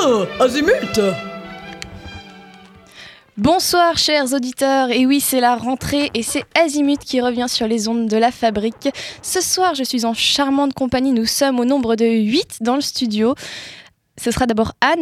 Azimut. Bonsoir chers auditeurs, et oui c'est la rentrée et c'est Azimut qui revient sur les ondes de la fabrique. Ce soir je suis en charmante compagnie, nous sommes au nombre de 8 dans le studio. Ce sera d'abord Anne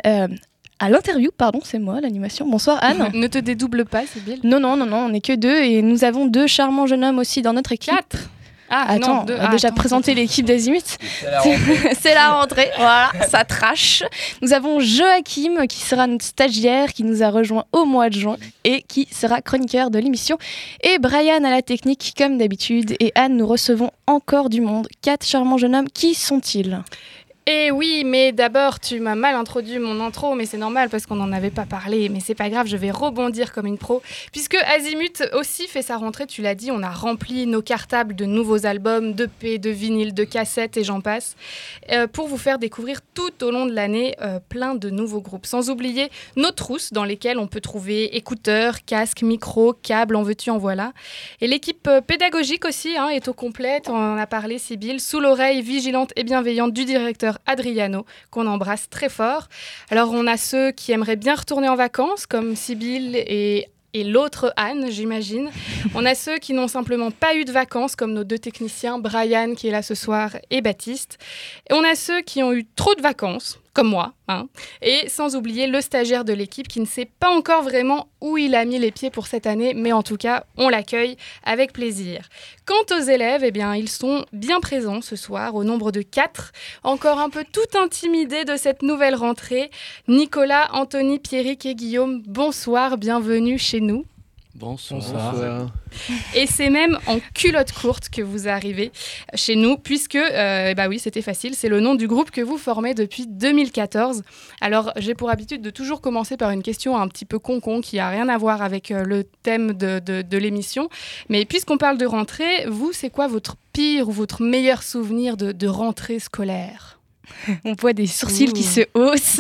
à l'interview, c'est moi l'animation. Bonsoir Anne. Ne te dédouble pas, c'est bien. Non, on n'est que 2 et nous avons 2 charmants jeunes hommes aussi dans notre équipe. 4. On a déjà présenté l'équipe d'Azimut. C'est la rentrée, voilà, ça trash. Nous avons Joachim qui sera notre stagiaire, qui nous a rejoint au mois de juin et qui sera chroniqueur de l'émission. Et Brian à la technique comme d'habitude. Et Anne, nous recevons encore du monde. 4 charmants jeunes hommes, qui sont-ils ? Eh oui, mais d'abord, tu m'as mal introduit mon intro, mais c'est normal parce qu'on n'en avait pas parlé. Mais c'est pas grave, je vais rebondir comme une pro. Puisque Azimut aussi fait sa rentrée, tu l'as dit, on a rempli nos cartables de nouveaux albums, d'EP, de vinyles, de cassettes et j'en passe, pour vous faire découvrir tout au long de l'année plein de nouveaux groupes. Sans oublier nos trousses dans lesquelles on peut trouver écouteurs, casques, micros, câbles, en veux-tu, en voilà. Et l'équipe pédagogique aussi est au complet, on en a parlé, Sybille, sous l'oreille vigilante et bienveillante du directeur Adriano, qu'on embrasse très fort. Alors, on a ceux qui aimeraient bien retourner en vacances, comme Sybille et l'autre Anne, j'imagine. On a ceux qui n'ont simplement pas eu de vacances, comme nos 2 techniciens, Brian, qui est là ce soir, et Baptiste. Et on a ceux qui ont eu trop de vacances, comme moi, et sans oublier le stagiaire de l'équipe qui ne sait pas encore vraiment où il a mis les pieds pour cette année, mais en tout cas, on l'accueille avec plaisir. Quant aux élèves, ils sont bien présents ce soir, au nombre de 4, encore un peu tout intimidés de cette nouvelle rentrée. Nicolas, Anthony, Pierrick et Guillaume, bonsoir, bienvenue chez nous. Bonsoir. Et c'est même en culotte courte que vous arrivez chez nous, puisque, oui, c'était facile, c'est le nom du groupe que vous formez depuis 2014. Alors, j'ai pour habitude de toujours commencer par une question un petit peu con qui n'a rien à voir avec le thème de l'émission. Mais puisqu'on parle de rentrée, vous, c'est quoi votre pire ou votre meilleur souvenir de rentrée scolaire ? On voit des sourcils qui se haussent.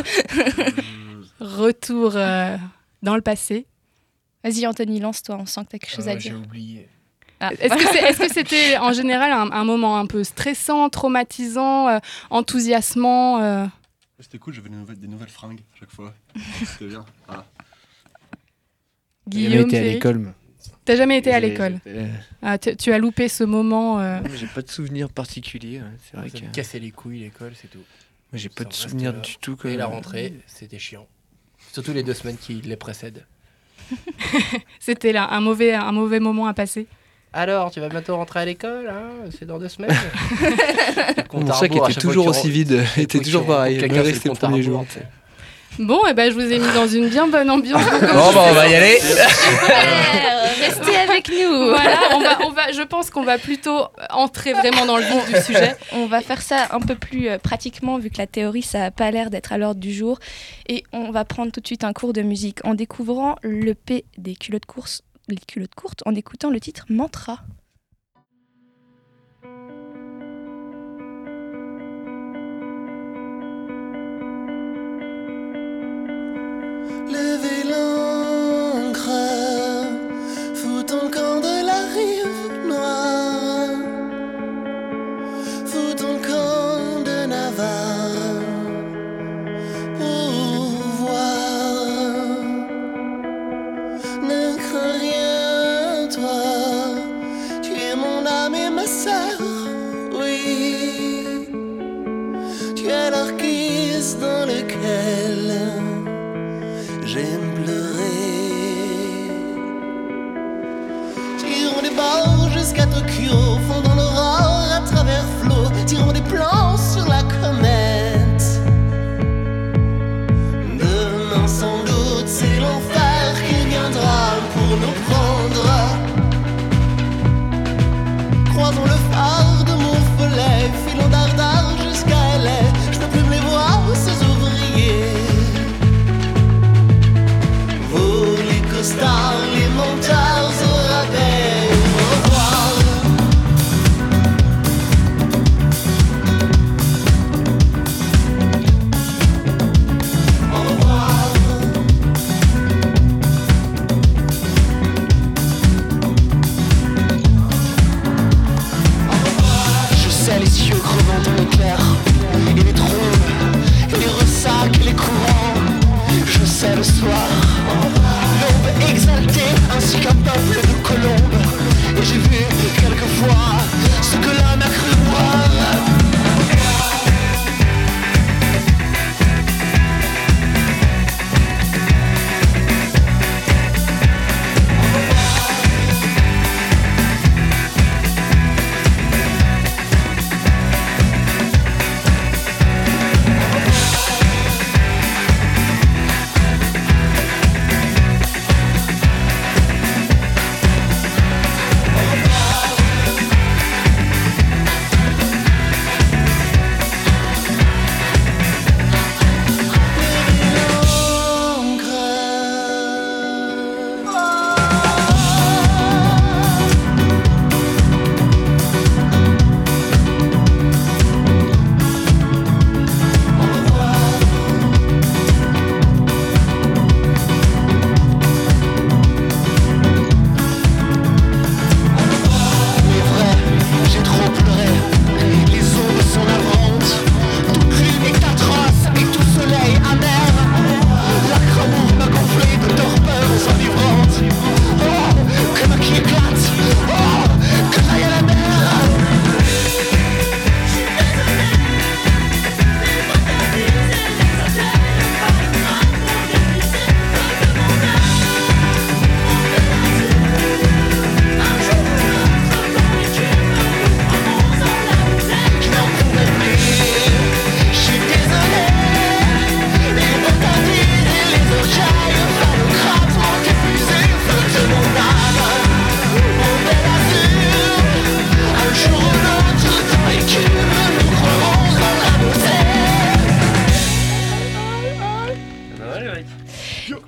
Retour dans le passé. Vas-y Anthony, lance-toi, on sent que tu as quelque chose à dire. J'ai oublié. Est-ce que c'était en général un moment un peu stressant, traumatisant, enthousiasmant C'était cool, j'avais des nouvelles fringues à chaque fois. C'était bien. Voilà. Guillaume, j'ai jamais été à l'école. T'as jamais été à l'école. Tu as loupé ce moment. Non, j'ai pas de souvenir particulier. C'est vrai ça que me cassait les couilles l'école, c'est tout. moi j'ai pas de souvenir du tout. Et la rentrée, c'était chiant. Surtout les 2 semaines qui les précèdent. C'était là un mauvais moment à passer. Alors, tu vas bientôt rentrer à l'école, c'est dans 2 semaines. Mon sac était toujours aussi vide, était toujours pareil. Quelqu'un Malgré fait que c'était le le premier jour. Bon, je vous ai mis dans une bien bonne ambiance. Bon, on va y aller. Restez avec nous. Voilà, je pense qu'on va plutôt entrer vraiment dans le vif du sujet. On va faire ça un peu plus pratiquement, vu que la théorie, ça n'a pas l'air d'être à l'ordre du jour. Et on va prendre tout de suite un cours de musique en découvrant l'EP des culottes courtes, en écoutant le titre Mantra. Levez l'ancre, fous ton camp de la rive noire, fous ton camp de Navarre pour voir. Ne crains rien, toi, tu es mon âme et ma sœur, oui. Tu es l'orchestre dans lequel j'aime pleurer. Tirons des bords jusqu'à Tokyo, fondons l'aurore à travers flots, tirons des plans sur la comète. Demain sans doute c'est l'enfer qui viendra pour nous prendre. Croisons le phare de mon follet, filons d'Ardard jusqu'à LA. Je peux plus me les voir, ces ouvriers. Vous les costards, les monteurs au rabais, au revoir.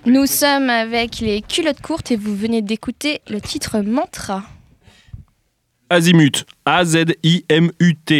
Nous sommes avec les culottes courtes et vous venez d'écouter le titre Mantra. Azimut, A-Z-I-M-U-T.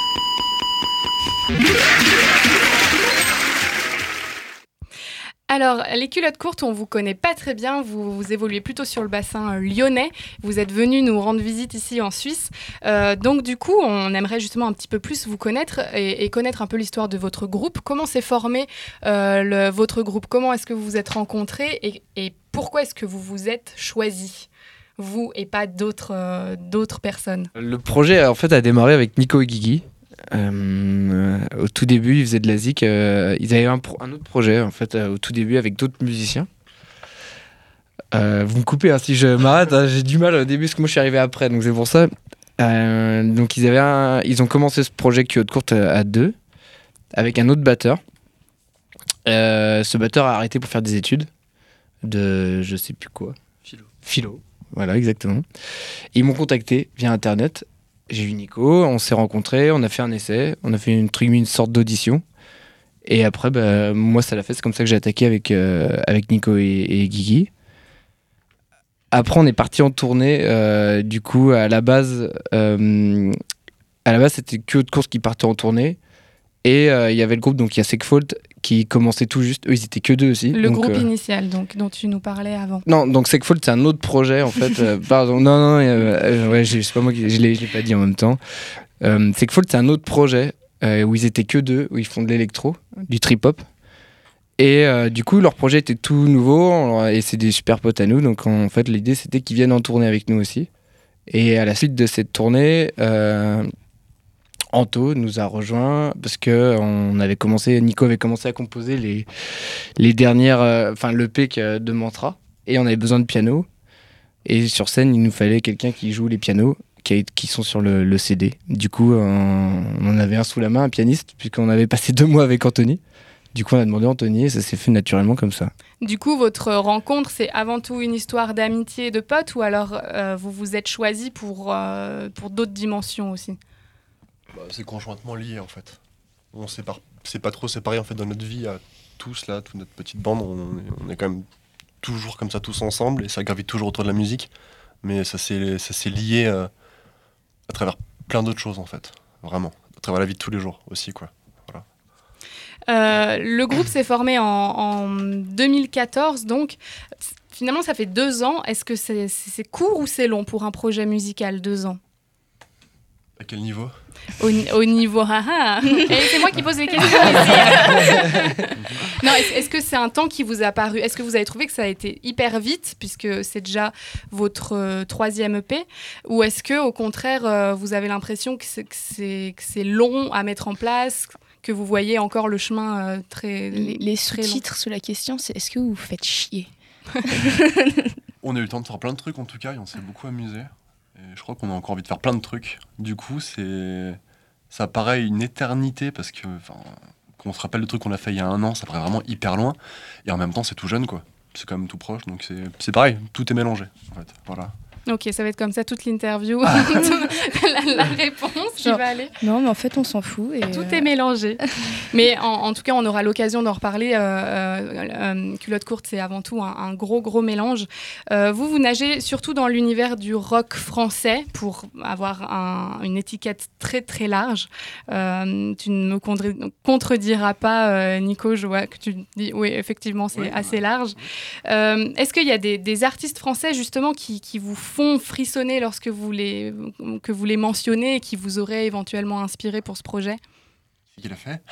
Alors, les culottes courtes, on vous connaît pas très bien, vous évoluez plutôt sur le bassin lyonnais, vous êtes venu nous rendre visite ici en Suisse, donc du coup, on aimerait justement un petit peu plus vous connaître et connaître un peu l'histoire de votre groupe. Comment s'est formé votre groupe? Comment est-ce que vous vous êtes rencontrés et pourquoi est-ce que vous vous êtes choisis, vous et pas d'autres personnes? Le projet, en fait, a démarré avec Nico et Guigui. Au tout début, ils faisaient de la zik. Ils avaient un autre projet, en fait, au tout début, avec d'autres musiciens. Vous me coupez hein, si je m'arrête. Hein, j'ai du mal au début, parce que moi, je suis arrivé après, donc c'est pour ça. Donc, ils ont commencé ce projet Culottes courtes à deux, avec un autre batteur. Ce batteur a arrêté pour faire des études de je sais plus quoi. Philo. Voilà, exactement. Et ils m'ont contacté via Internet. J'ai vu Nico, on s'est rencontrés, on a fait un essai, on a fait une sorte d'audition. Et après, moi, ça l'a fait. C'est comme ça que j'ai attaqué avec Nico et Guigui. Après, on est parti en tournée. Du coup, à la base, c'était Culottes courtes qui partait en tournée. Et il y avait le groupe, donc il y a Segfault qui commençait tout juste. Eux, ils étaient que deux aussi. Le groupe initial, donc, dont tu nous parlais avant. Non, donc Segfault, c'est un autre projet, en fait. Pardon, ouais, c'est pas moi qui je l'ai pas dit en même temps. Segfault, c'est un autre projet où ils étaient que deux, où ils font de l'électro, du trip-hop. Et du coup, leur projet était tout nouveau et c'est des super potes à nous. Donc en fait, l'idée, c'était qu'ils viennent en tournée avec nous aussi. Et à la suite de cette tournée... Anto nous a rejoint parce que Nico avait commencé à composer les dernières, l'EP de Mantra, et on avait besoin de piano. Et sur scène, il nous fallait quelqu'un qui joue les pianos qui sont sur le CD. Du coup, on en avait un sous la main, un pianiste, puisqu'on avait passé 2 mois avec Anthony. Du coup, on a demandé à Anthony et ça s'est fait naturellement comme ça. Du coup, votre rencontre, c'est avant tout une histoire d'amitié et de potes, ou alors vous vous êtes choisis pour d'autres dimensions aussi? C'est conjointement lié en fait. C'est pas trop séparé en fait dans notre vie à tous là, toute notre petite bande. On est quand même toujours comme ça tous ensemble et ça gravite toujours autour de la musique. Mais ça s'est lié à travers plein d'autres choses en fait. Vraiment. À travers la vie de tous les jours aussi quoi. Voilà. Le groupe s'est formé en 2014 donc. Finalement, ça fait 2 ans. Est-ce que c'est court ou c'est long pour un projet musical, 2 ans? À quel niveau? Au niveau et c'est moi qui pose les questions ici. Non, est-ce que c'est un temps qui vous a paru? Est-ce que vous avez trouvé que ça a été hyper vite puisque c'est déjà votre 3e EP, ou est-ce que au contraire vous avez l'impression que c'est long à mettre en place, que vous voyez encore le chemin très Les très sous-titres long? sous la question, c'est est-ce que vous vous faites chier? On a eu le temps de faire plein de trucs en tout cas et on s'est beaucoup amusé. Et je crois qu'on a encore envie de faire plein de trucs. Du coup, ça paraît une éternité parce que quand on se rappelle le truc qu'on a fait il y a 1 an, ça paraît vraiment hyper loin. Et en même temps, c'est tout jeune, quoi. C'est quand même tout proche, donc c'est pareil, tout est mélangé, en fait. Voilà. Ok, ça va être comme ça toute l'interview. la réponse qui va aller. Non, mais en fait, on s'en fout. Et tout est mélangé. Mais en tout cas, on aura l'occasion d'en reparler. Culottes courtes, c'est avant tout un gros mélange. Vous nagez surtout dans l'univers du rock français pour avoir une étiquette très très large. Tu ne me contrediras pas, Nico, je vois que tu dis oui, effectivement, c'est assez large. Est-ce qu'il y a des artistes français justement qui vous font frissonner lorsque vous les mentionnez et qui vous auraient éventuellement inspiré pour ce projet? Qui l'a fait?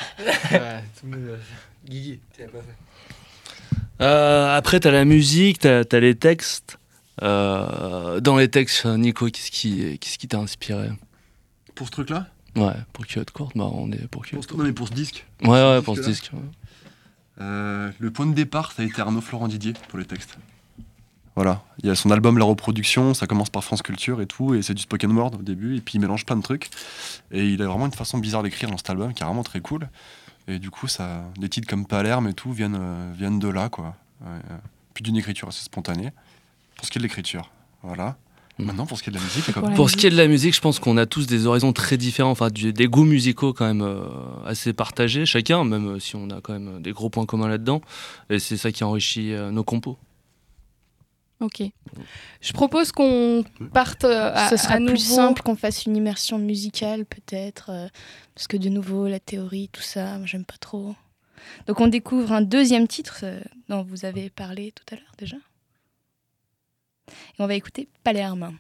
Guigui, tu l'as pas fait. Après, t'as la musique, t'as les textes. Dans les textes, Nico, qu'est-ce qui t'a inspiré? Pour ce truc-là? Ouais, pour Culottes courtes, on est pour Culottes courtes. Non, mais pour ce disque. Ouais, pour ce disque. Ouais. Le point de départ, ça a été Arnaud Florent Didier pour les textes. Voilà, il y a son album La Reproduction, ça commence par France Culture et tout, et c'est du spoken word au début, et puis il mélange plein de trucs. Et il a vraiment une façon bizarre d'écrire dans cet album qui est vraiment très cool. Et du coup, des titres comme Palerme et tout viennent de là, quoi. Puis d'une écriture assez spontanée. Pour ce qui est de l'écriture, voilà. Maintenant, pour ce qui est de la musique, Pour ce qui est de la musique, je pense qu'on a tous des horizons très différents, enfin des goûts musicaux quand même assez partagés, chacun, même si on a quand même des gros points communs là-dedans. Et c'est ça qui enrichit nos compos. Ok. Je propose qu'on parte Ce sera à nouveau. plus simple qu'on fasse une immersion musicale peut-être, parce que de nouveau la théorie, tout ça, moi, j'aime pas trop. Donc on découvre un deuxième titre dont vous avez parlé tout à l'heure déjà. Et on va écouter Palerme.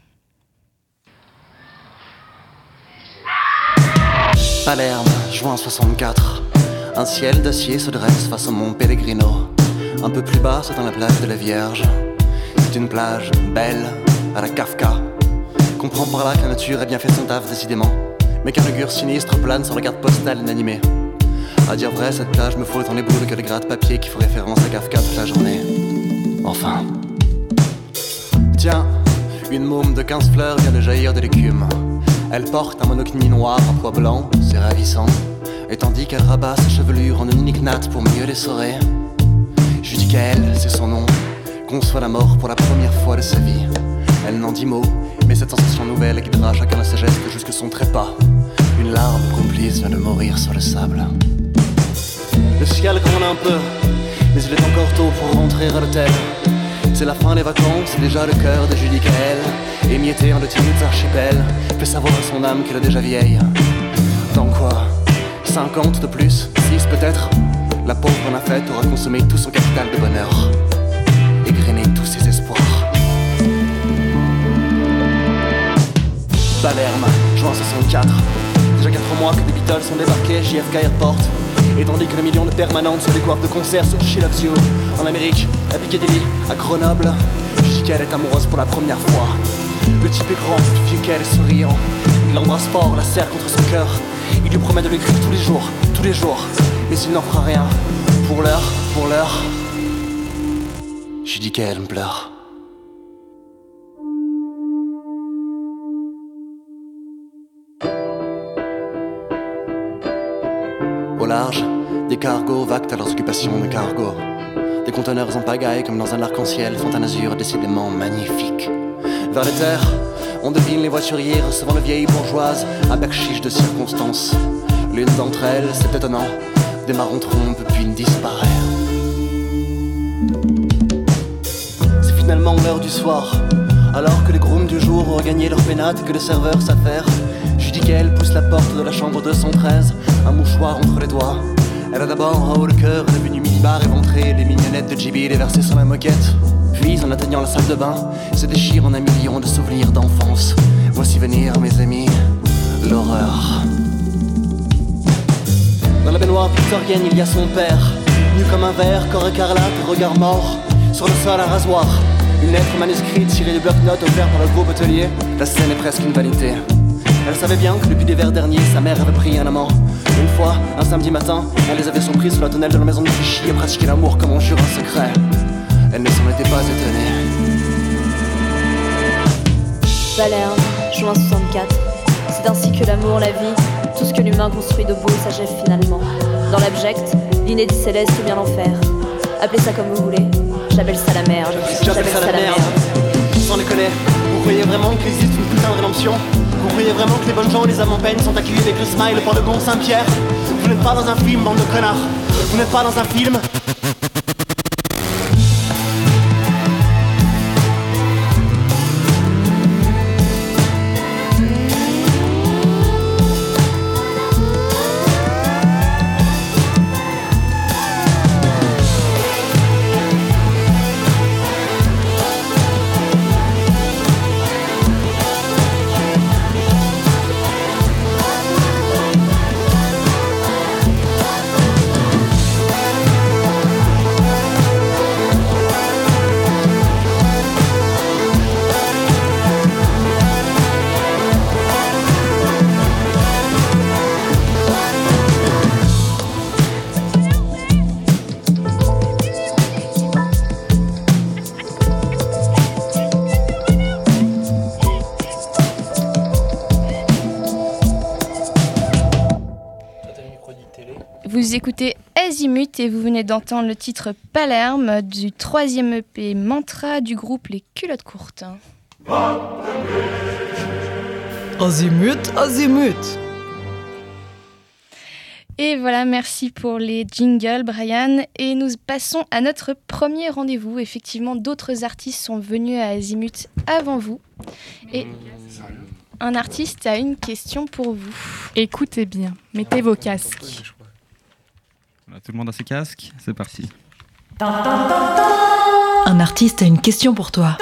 Palerme, juin 64. Un ciel d'acier se dresse face au mont Pellegrino. Un peu plus bas, c'est dans la plage de la Vierge. C'est une plage belle, à la Kafka. Comprends par là que la nature a bien fait son taf, décidément. Mais qu'un augure sinistre plane sur la carte postale inanimée. À dire vrai, cette plage me fout dans les boules que les gratte-papier qui font référence à Kafka toute la journée. Enfin. Tiens, une môme de 15 fleurs vient de jaillir de l'écume. Elle porte un monocini noir à pois blanc, c'est ravissant. Et tandis qu'elle rabat sa chevelure en une unique natte pour mieux l'essorer, je dis qu'elle, c'est son nom, conçoit la mort pour la première fois de sa vie. Elle n'en dit mot, mais cette sensation nouvelle guidera chacun de ses gestes jusque son trépas. Une larme complice vient de mourir sur le sable. Le ciel gronde un peu, mais il est encore tôt pour rentrer à l'hôtel. C'est la fin des vacances, déjà le cœur de Julie Kael, émietté en de timides archipels, fait savoir à son âme qu'elle est déjà vieille. Dans quoi 50 de plus, 6 peut-être. La pauvre Nafette aura consommé tout son capital de bonheur, égrené tous ses espoirs. Palerme, juin 64. Déjà 4 mois que des Beatles sont débarqués, JFK Airport. Et tandis que le million de permanentes se décoiffent de concerts sur She Loves You. En Amérique, à Piccadilly, à Grenoble, je dis qu'elle est amoureuse pour la première fois. Le type est grand, plus vieux qu'elle est souriant. Il l'embrasse fort, la serre contre son cœur. Il lui promet de l'écrire tous les jours. Mais il n'en fera rien. Pour l'heure, je dis qu'elle me pleure. Au large, des cargos vaquent à leurs occupations de cargo. Des conteneurs en pagaille comme dans un arc-en-ciel font un azur décidément magnifique. Vers les terres, on devine les voituriers recevant de vieilles bourgeoises à berchiche de circonstance. L'une d'entre elles, c'est étonnant, démarre en trompe puis disparaît. C'est finalement l'heure du soir, alors que les grooms du jour ont regagné leur pénate et que le serveur s'affaire. Judy Kael pousse la porte de la chambre 213, un mouchoir entre les doigts. Elle a d'abord en haut le cœur, la venue minibar éventrée, les mignonnettes de JB déversées sur la moquette. Puis, en atteignant la salle de bain, se déchire en un million de souvenirs d'enfance. Voici venir, mes amis, l'horreur. Dans la baignoire victorienne, il y a son père, nu comme un verre, corps écarlate, regard mort. Sur le sol, un rasoir, une lettre manuscrite tirée du bloc-notes offert par le groupe hôtelier. La scène est presque une vanité. Elle savait bien que depuis l'hiver dernier, sa mère avait pris un amant. Une fois, un samedi matin, elle les avait surpris sous la tonnelle de la maison de Clichy et pratiquer l'amour comme on jure un secret. Elle ne s'en était pas étonnée. Palerme, juin 64. C'est ainsi que l'amour, la vie, tout ce que l'humain construit de beau s'achève finalement. Dans l'abject, l'inédit céleste ou bien l'enfer. Appelez ça comme vous voulez. J'appelle ça la merde. J'appelle ça la merde. Sans déconner, vous croyez vraiment qu'il existe une putain de rédemption? Vous croyez vraiment que les bonnes gens et les âmes en peine sont accueillis avec le smile par le bon Saint-Pierre? Vous n'êtes pas dans un film, bande de connards. Vous n'êtes pas dans un film. Vous écoutez Azimut et vous venez d'entendre le titre Palerme du 3e EP Mantra du groupe Les Culottes Courtes. Azimut, azimut. Et voilà, merci pour les jingles, Brian. Et nous passons à notre premier rendez-vous. Effectivement, d'autres artistes sont venus à Azimut avant vous. Et un artiste a une question pour vous. Écoutez bien, mettez vos casques. Voilà, tout le monde a ses casques, c'est parti. Un artiste a une question pour toi.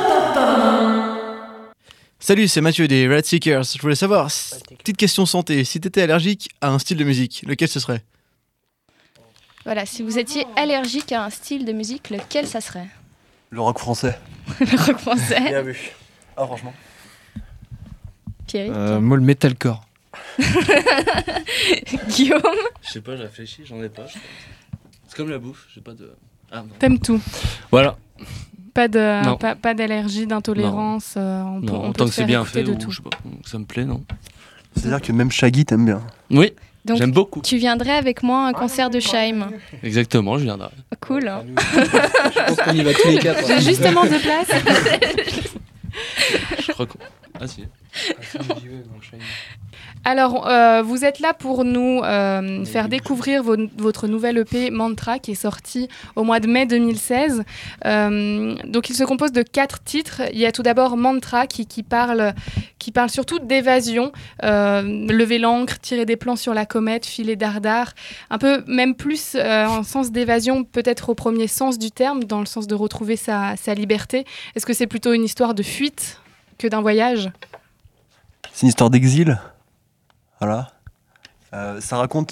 Salut, c'est Mathieu des Red Seekers. Je voulais savoir, petite question santé, si t'étais allergique à un style de musique, lequel ce serait ? Voilà, si vous étiez allergique à un style de musique, lequel ça serait ? Le rock français. Le rock français. Bien vu. Ah, franchement. Pierrick. Moi, le metalcore. Guillaume. Je sais pas, je réfléchis, j'en ai pas. C'est comme la bouffe, j'ai pas de. Ah, non. T'aimes tout. Voilà. Pas d'allergie, d'intolérance. On Non, peut tant se que c'est faire bien écouter fait, de ou, tout. je sais pas, ça me plaît, non ? C'est-à-dire que même Shaggy t'aime bien. Oui, Donc, j'aime beaucoup. Tu viendrais avec moi à un concert de Scheim. Exactement, je viendrai. Cool. Je pense qu'on y va tous les quatre. J'ai justement 2 places. Je crois qu'on. Ah si. Alors, vous êtes là pour nous faire découvrir votre nouvelle EP Mantra qui est sortie au mois de mai 2016. Donc, il se compose de 4 titres. Il y a tout d'abord Mantra qui parle surtout d'évasion, lever l'ancre, tirer des plans sur la comète, filer dardard. Un peu même plus en sens d'évasion, peut-être au premier sens du terme, dans le sens de retrouver sa liberté. Est-ce que c'est plutôt une histoire de fuite que d'un voyage ? C'est une histoire d'exil. Voilà. Ça raconte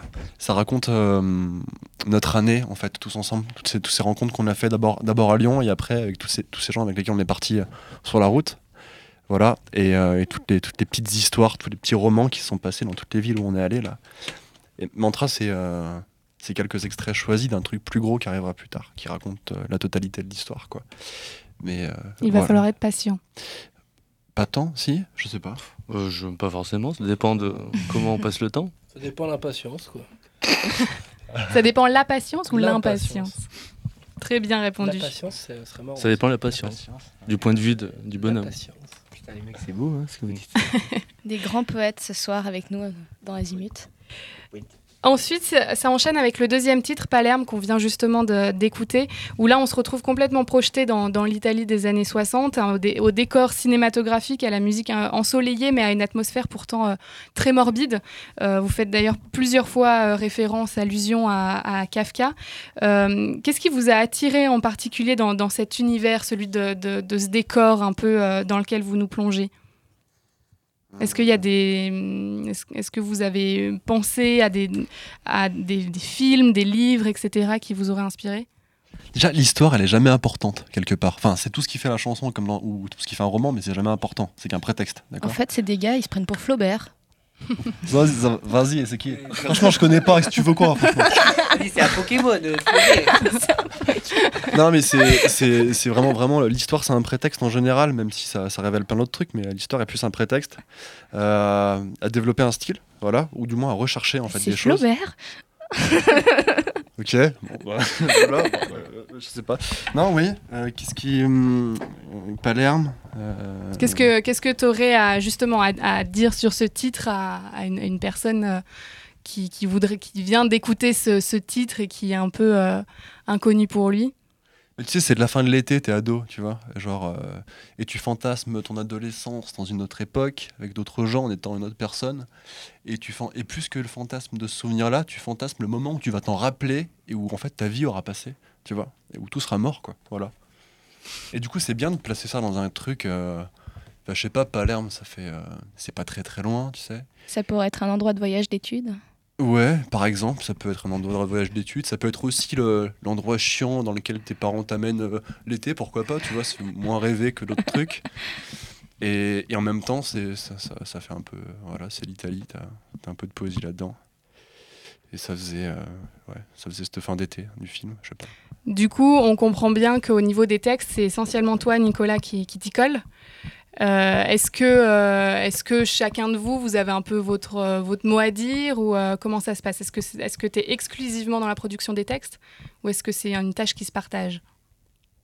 notre année, en fait, tous ensemble. Toutes ces rencontres qu'on a fait d'abord à Lyon et après avec tous ces gens avec lesquels on est partis sur la route. Voilà. Et toutes les petites histoires, tous les petits romans qui sont passés dans toutes les villes où on est allé là. Et Mantra, c'est quelques extraits choisis d'un truc plus gros qui arrivera plus tard, qui raconte la totalité de l'histoire, quoi. Mais il va falloir être patient. Pas tant, si, je sais pas. Pas forcément, ça dépend de comment on passe le temps. Ça dépend de l'impatience, quoi. Ça dépend de la patience ou l'impatience ? Très bien répondu. La patience, ce serait marrant. Ça dépend de la patience, du point de vue du bonhomme. Putain, les mecs, c'est beau, hein, ce que vous dites. Des grands poètes ce soir avec nous dans Azimut. Oui. Ensuite, ça enchaîne avec le deuxième titre, Palerme, qu'on vient justement d'écouter, où là, on se retrouve complètement projeté dans l'Italie des années 60, hein, au décor cinématographique, à la musique ensoleillée, mais à une atmosphère pourtant très morbide. Vous faites d'ailleurs plusieurs fois référence, allusion à Kafka. Qu'est-ce qui vous a attiré en particulier dans cet univers, celui de ce décor un peu dans lequel vous nous plongez ? Est-ce qu'il y a est-ce que vous avez pensé à des films, des livres, etc. qui vous auraient inspiré ? Déjà, l'histoire, elle est jamais importante, quelque part. Enfin, c'est tout ce qui fait la chanson ou tout ce qui fait un roman, mais c'est jamais important. C'est qu'un prétexte, d'accord ? En fait, c'est des gars, ils se prennent pour Flaubert. Vas-y, c'est qui ? Franchement, je connais pas, si tu veux quoi, franchement. C'est un Pokémon. Non, mais c'est vraiment l'histoire, c'est un prétexte en général, même si ça révèle plein d'autres trucs, mais l'histoire est plus un prétexte à développer un style, voilà, ou du moins à rechercher en fait des choses. C'est Flaubert. Ok, bon, voilà, je sais pas. Non, oui, qu'est-ce qui... Palerme... Qu'est-ce que tu aurais justement à dire sur ce titre à une personne qui vient d'écouter ce titre et qui est un peu inconnu pour lui ? Mais tu sais, c'est de la fin de l'été, t'es ado, tu vois, genre, et tu fantasmes ton adolescence dans une autre époque, avec d'autres gens, en étant une autre personne, et plus que le fantasme de ce souvenir-là, tu fantasmes le moment où tu vas t'en rappeler, et où en fait ta vie aura passé, tu vois, et où tout sera mort, quoi, voilà. Et du coup, c'est bien de placer ça dans un truc, je sais pas, Palerme, ça fait, c'est pas très très loin, tu sais. Ça pourrait être un endroit de voyage d'études. Ouais, par exemple, ça peut être un endroit de voyage d'études, ça peut être aussi l'endroit chiant dans lequel tes parents t'amènent l'été, pourquoi pas, tu vois, c'est moins rêvé que d'autres trucs. Et en même temps, ça fait un peu, voilà, c'est l'Italie, t'as un peu de poésie là-dedans. Et ça faisait cette fin d'été du film, je sais pas. Du coup, on comprend bien qu'au niveau des textes, c'est essentiellement toi, Nicolas, qui t'y colle. Est-ce que chacun de vous avez un peu votre mot à dire ou comment ça se passe ? Est-ce que tu es exclusivement dans la production des textes ou est-ce que c'est une tâche qui se partage ?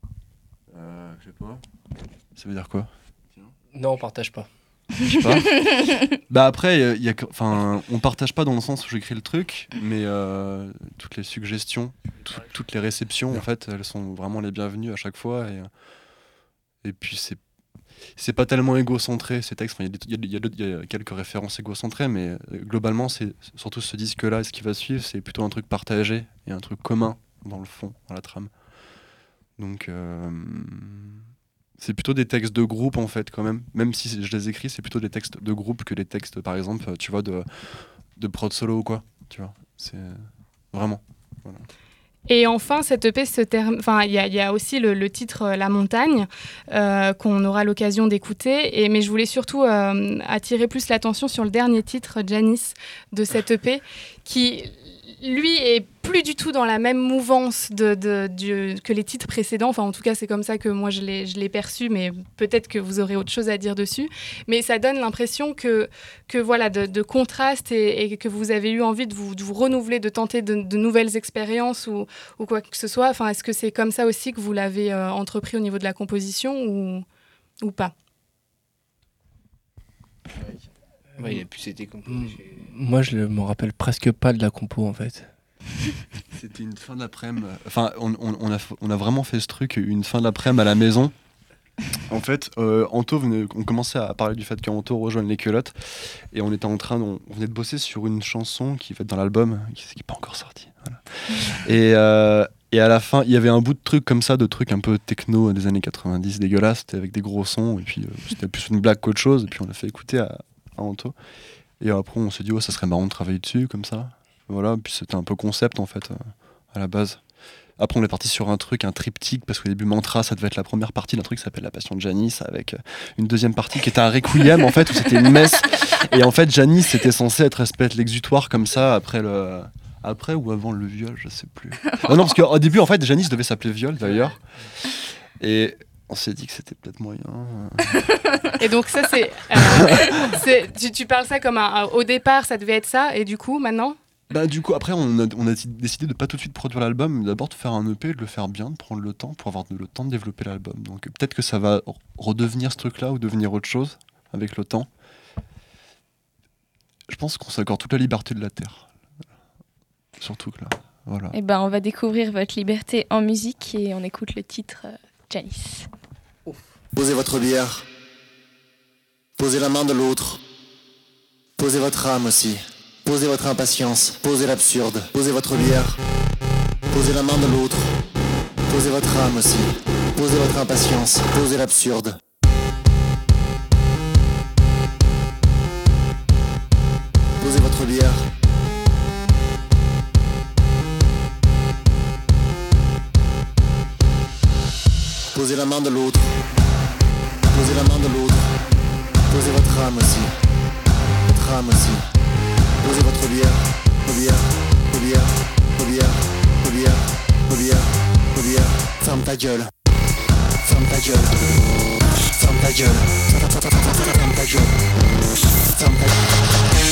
Je sais pas. Ça veut dire quoi? Non, on partage pas. Je sais pas. Bah après, on partage pas dans le sens où j'écris le truc, mais toutes les suggestions, toutes les réceptions, en fait, elles sont vraiment les bienvenues à chaque fois. Et puis c'est pas tellement égocentré ces textes. Il y a quelques références égocentrées, mais globalement, c'est surtout ce disque-là et ce qui va suivre, c'est plutôt un truc partagé et un truc commun dans le fond, dans la trame. Donc c'est plutôt des textes de groupe en fait quand même. Même si je les écris, c'est plutôt des textes de groupe que des textes, par exemple, tu vois, de prod solo ou quoi. Tu vois, c'est vraiment. Voilà. Et enfin, cette EP se termine. Enfin, il y a aussi le titre La Montagne qu'on aura l'occasion d'écouter. Mais je voulais surtout attirer plus l'attention sur le dernier titre, Janice, de cette EP, qui lui est plus du tout dans la même mouvance que les titres précédents. Enfin, en tout cas, c'est comme ça que moi je l'ai perçu, mais peut-être que vous aurez autre chose à dire dessus. Mais ça donne l'impression que voilà, de contraste et que vous avez eu envie de vous renouveler, de tenter de nouvelles expériences ou quoi que ce soit. Enfin, est-ce que c'est comme ça aussi que vous l'avez entrepris au niveau de la composition ou pas? Ouais, il a plus été composé. Moi, je me rappelle presque pas de la compo en fait. C'était une fin d'après-midi. Enfin, on a vraiment fait ce truc une fin d'après-midi à la maison. En fait, Anto on commençait à parler du fait qu'Anto rejoigne les Culottes et on venait de bosser sur une chanson qui va être dans l'album, qui n'est pas encore sortie. Voilà. Et à la fin, il y avait un bout de truc comme ça, de trucs un peu techno des années 90, dégueulasse, c'était avec des gros sons et puis c'était plus une blague qu'autre chose. Et puis on l'a fait écouter à Anto. Et après, on s'est dit, ça serait marrant de travailler dessus comme ça. Voilà, puis c'était un peu concept en fait, à la base. Après, on est parti sur un triptyque, parce qu'au début, Mantra, ça devait être la première partie d'un truc qui s'appelle La Passion de Janice, avec une deuxième partie qui était un requiem, en fait, où c'était une messe. Et en fait, Janice, c'était censé être l'exutoire comme ça, après ou avant le viol, je sais plus. Non, parce qu'au début, en fait, Janice devait s'appeler Viol, d'ailleurs. Et on s'est dit que c'était peut-être moyen. Et donc ça, tu parles ça comme au départ, ça devait être ça, et du coup, maintenant du coup, après, on a décidé de pas tout de suite produire l'album, mais d'abord de faire un EP, de le faire bien, de prendre le temps pour avoir le temps de développer l'album. Donc peut-être que ça va redevenir ce truc-là ou devenir autre chose avec le temps. Je pense qu'on s'accorde toute la liberté de la terre. Surtout que là, voilà. Et on va découvrir votre liberté en musique et on écoute le titre Janice. Posez votre bière. Posez la main de l'autre. Posez votre âme aussi. Posez votre impatience, posez l'absurde, posez votre bière, posez la main de l'autre, posez votre âme aussi, posez votre impatience, posez l'absurde. Posez votre bière. Posez la main de l'autre, posez la main de l'autre, posez votre âme aussi, votre âme aussi. Posez votre bière, vos bières, vos bières, vos bières, vos bières, vos bières, vos bières. Ferme ta gueule, ferme ta gueule, ferme ta gueule, ferme ta gueule, ferme ta gueule.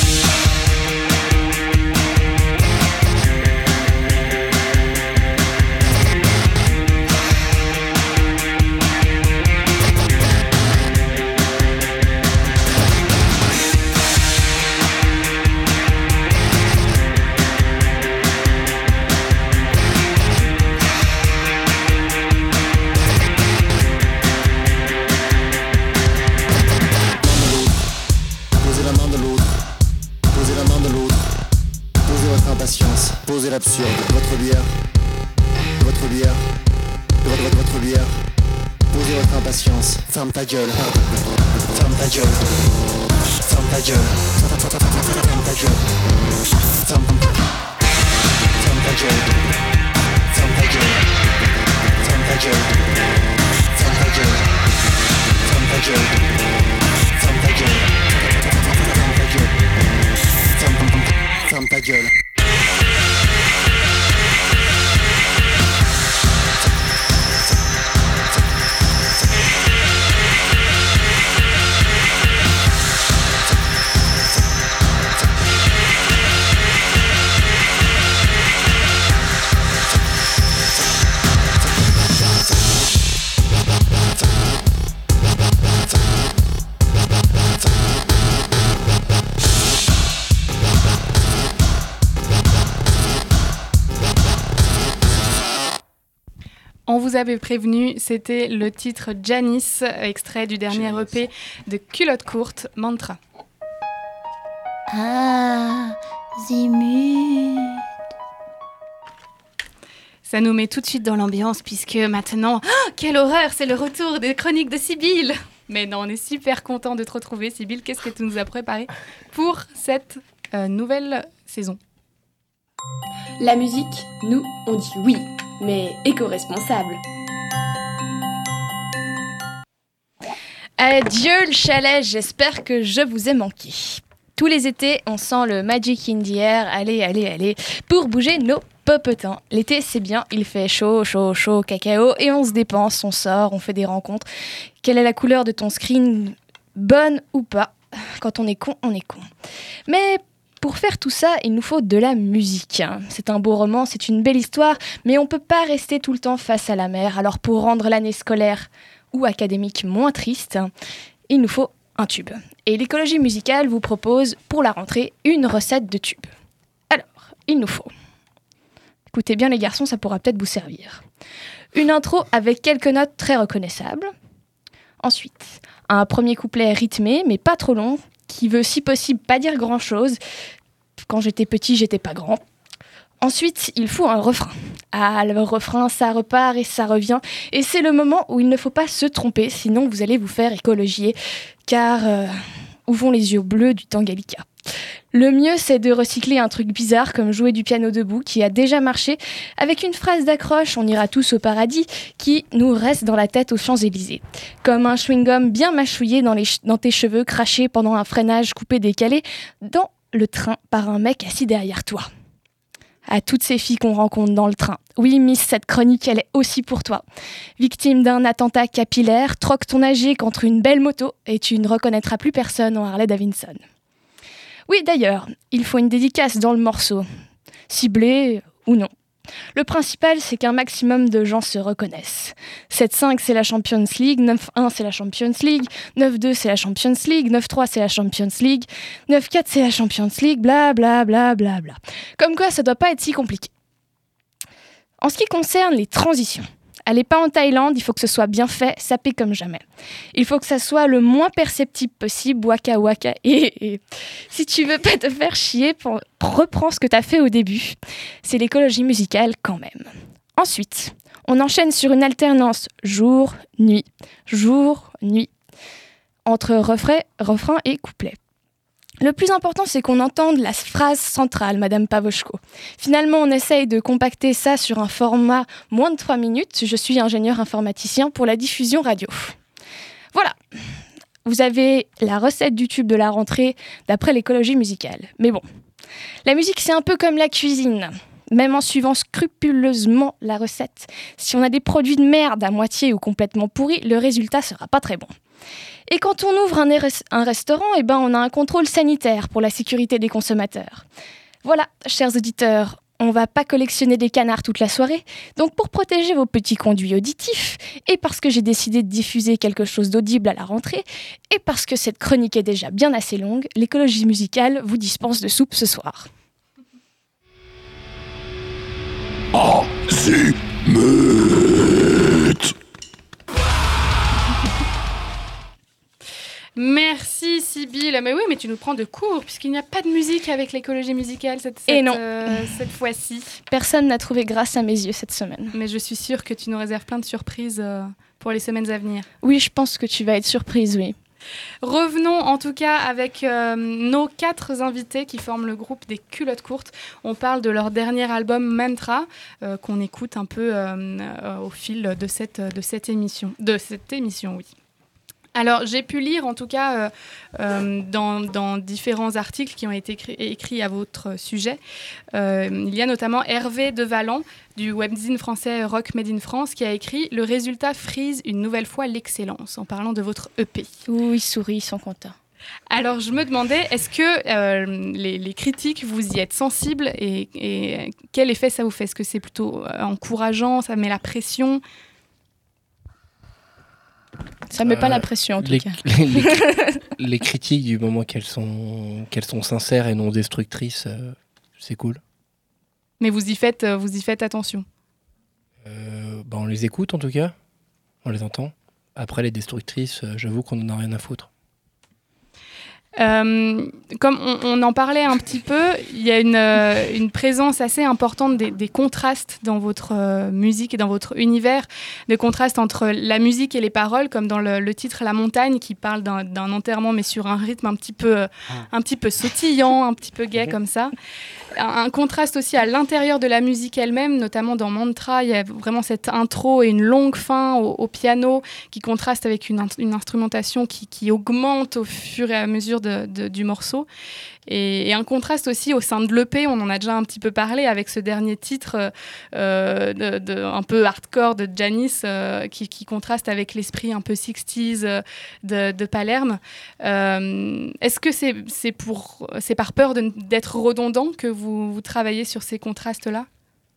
Posez l'absurde, votre bière, votre bière, votre bière. Posez votre impatience, ferme ta gueule, ferme ta gueule, ferme ta gueule, ferme ta gueule, ferme ta gueule, ferme ta gueule, ferme ta gueule, ferme ta gueule, ferme ta gueule, ferme ta gueule, ferme ta gueule. On vous avait prévenu, c'était le titre Janice, extrait du dernier EP de Culotte Courte, Mantra. Azimut. Ça nous met tout de suite dans l'ambiance puisque maintenant, quelle horreur, c'est le retour des chroniques de Sybille. Mais non, on est super content de te retrouver, Sybille. Qu'est-ce que tu nous as préparé pour cette nouvelle saison? La musique, nous, on dit oui, mais éco-responsable. Adieu le chalet, j'espère que je vous ai manqué. Tous les étés, on sent le magic in the air, allez, pour bouger nos popotins. L'été, c'est bien, il fait chaud, cacao, et on se dépense, on sort, on fait des rencontres. Quelle est la couleur de ton screen, bonne ou pas? Quand on est con, on est con. Mais pour faire tout ça, il nous faut de la musique. C'est un beau roman, c'est une belle histoire, mais on peut pas rester tout le temps face à la mer. Alors pour rendre l'année scolaire ou académique moins triste, il nous faut un tube. Et l'écologie musicale vous propose pour la rentrée une recette de tube. Alors, il nous faut... Écoutez bien les garçons, ça pourra peut-être vous servir. Une intro avec quelques notes très reconnaissables. Ensuite, un premier couplet rythmé, mais pas trop long, qui veut si possible pas dire grand-chose. Quand j'étais petit, j'étais pas grand. Ensuite, il faut un refrain. Ah, le refrain, ça repart et ça revient. Et c'est le moment où il ne faut pas se tromper, sinon vous allez vous faire écologier. Car où vont les yeux bleus du Tanganyika? Le mieux, c'est de recycler un truc bizarre comme jouer du piano debout qui a déjà marché avec une phrase d'accroche, on ira tous au paradis, qui nous reste dans la tête aux Champs-Élysées. Comme un chewing-gum bien mâchouillé dans tes cheveux crachés pendant un freinage coupé-décalé dans le train par un mec assis derrière toi. À toutes ces filles qu'on rencontre dans le train. Oui, Miss, cette chronique, elle est aussi pour toi. Victime d'un attentat capillaire, troque ton AG contre une belle moto et tu ne reconnaîtras plus personne en Harley Davidson. Oui, d'ailleurs, il faut une dédicace dans le morceau, ciblée ou non. Le principal, c'est qu'un maximum de gens se reconnaissent. 7-5, c'est la Champions League, 9-1, c'est la Champions League, 9-2, c'est la Champions League, 9-3, c'est la Champions League, 9-4, c'est la Champions League, bla bla bla bla bla. Comme quoi, ça doit pas être si compliqué. En ce qui concerne les transitions, allez pas en Thaïlande, il faut que ce soit bien fait, sapé comme jamais. Il faut que ça soit le moins perceptible possible, waka waka. Et si tu veux pas te faire chier, reprends ce que t'as fait au début. C'est l'écologie musicale quand même. Ensuite, on enchaîne sur une alternance jour-nuit, entre refrain et couplet. Le plus important, c'est qu'on entende la phrase centrale, Madame Pavoshko. Finalement, on essaye de compacter ça sur un format moins de 3 minutes. Je suis ingénieur informaticien pour la diffusion radio. Voilà, vous avez la recette du tube de la rentrée d'après l'écologie musicale. Mais bon, la musique, c'est un peu comme la cuisine. Même en suivant scrupuleusement la recette, si on a des produits de merde à moitié ou complètement pourris, le résultat sera pas très bon. Et quand on ouvre un restaurant, on a un contrôle sanitaire pour la sécurité des consommateurs. Voilà, chers auditeurs, on va pas collectionner des canards toute la soirée. Donc pour protéger vos petits conduits auditifs, et parce que j'ai décidé de diffuser quelque chose d'audible à la rentrée, et parce que cette chronique est déjà bien assez longue, l'écologie musicale vous dispense de soupe ce soir. Azimut. Merci Sybille. Mais oui, mais tu nous prends de court puisqu'il n'y a pas de musique avec l'écologie musicale cette fois-ci. Personne n'a trouvé grâce à mes yeux cette semaine. Mais je suis sûre que tu nous réserves plein de surprises pour les semaines à venir. Oui, je pense que tu vas être surprise, oui. Revenons en tout cas avec nos 4 invités qui forment le groupe des Culottes Courtes. On parle de leur dernier album Mantra qu'on écoute un peu au fil de cette émission. Oui. Alors, j'ai pu lire, en tout cas, dans différents articles qui ont été écrits à votre sujet. Il y a notamment Hervé Devallant, du webzine français Rock Made in France, qui a écrit « Le résultat frise une nouvelle fois l'excellence », en parlant de votre EP. Oui, souris, ils sont contents. Alors, je me demandais, est-ce que les critiques, vous y êtes sensibles et quel effet ça vous fait? Est-ce que c'est plutôt encourageant, ça met la pression? Ça met pas la pression en tout cas. Les critiques, du moment qu'elles sont sincères et non destructrices, c'est cool. Mais vous y faites attention. on les écoute en tout cas, on les entend. Après les Destructrices, j'avoue qu'on en a rien à foutre. Comme on en parlait un petit peu, il y a une présence assez importante des contrastes dans votre musique et dans votre univers, des contrastes entre la musique et les paroles, comme dans le titre La Montagne, qui parle d'un enterrement mais sur un rythme un petit peu sautillant, un petit peu gai comme ça. Un contraste aussi à l'intérieur de la musique elle-même, notamment dans Mantra, il y a vraiment cette intro et une longue fin au piano qui contraste avec une instrumentation qui augmente au fur et à mesure du morceau. Et un contraste aussi au sein de l'EP, on en a déjà un petit peu parlé avec ce dernier titre un peu hardcore de Janis qui contraste avec l'esprit un peu 60s de Palerme. Est-ce que c'est par peur d'être redondant que vous travaillez sur ces contrastes-là ?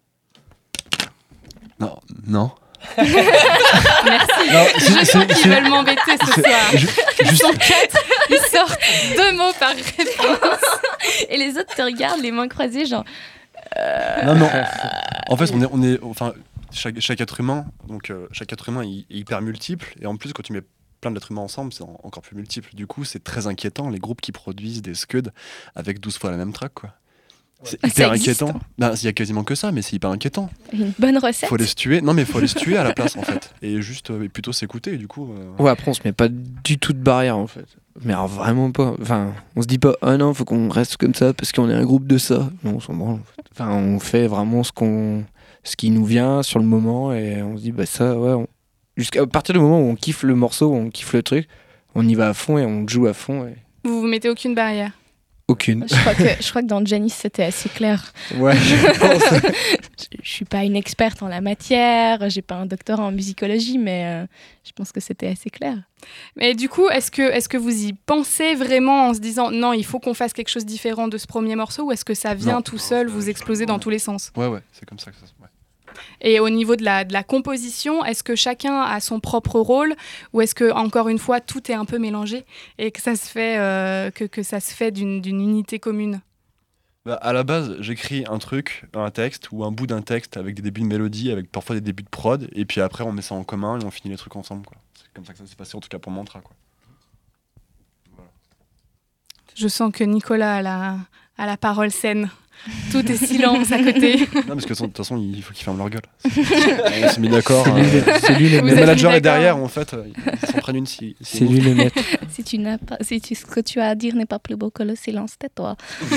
Non. Merci. Non, je sens qu'ils veulent m'embêter ce soir. Ils sont 4, ils sortent 2 mots par réponse. Et les autres te regardent, les mains croisées, genre. Non. En fait, chaque être humain, chaque être humain est hyper multiple. Et en plus, quand tu mets plein d'êtres humains ensemble, c'est encore plus multiple. Du coup, c'est très inquiétant, les groupes qui produisent des scuds avec 12 fois la même track, quoi. C'est hyper inquiétant. Il y a quasiment que ça, mais c'est hyper inquiétant. Une bonne recette. Faut aller se tuer. Non, mais faut aller se tuer à la place, en fait. Et juste plutôt s'écouter, et du coup. Ouais, après, on se met pas du tout de barrière, en fait. Mais alors, vraiment pas. Enfin, on se dit pas, ah non, faut qu'on reste comme ça parce qu'on est un groupe de ça. Non, on s'en branle, en fait. Enfin, on fait vraiment ce qui nous vient sur le moment, et on se dit, bah ça, ouais. Jusqu'à partir du moment où on kiffe le morceau, on kiffe le truc, on y va à fond et on le joue à fond. Et... Vous mettez aucune barrière ? Aucune. Je crois que dans Janis, c'était assez clair. Ouais, je pense. Je suis pas une experte en la matière, j'ai pas un doctorat en musicologie, mais je pense que c'était assez clair. Mais du coup, est-ce que vous y pensez vraiment en se disant non, il faut qu'on fasse quelque chose de différent de ce premier morceau, ou est-ce que ça vient tout seul vous exploser dans tous les sens ? Ouais, c'est comme ça que ça se passe. Et au niveau de la composition, est-ce que chacun a son propre rôle, ou est-ce que, encore une fois, tout est un peu mélangé et que ça se fait, que ça se fait d'une unité commune ? À la base, j'écris un texte ou un bout d'un texte avec des débuts de mélodie, avec parfois des débuts de prod, et puis après on met ça en commun et on finit les trucs ensemble, quoi. C'est comme ça que ça s'est passé, en tout cas pour Mantra, quoi. Voilà. Je sens que Nicolas a la parole saine. Tout est silence à côté. Non, parce que de toute façon, il faut qu'ils ferment leur gueule. On s'est mis d'accord. C'est lui le manager est derrière, en fait. Ils s'en prennent une si c'est lui le maître. Si ce que tu as à dire n'est pas plus beau que le silence, tais-toi.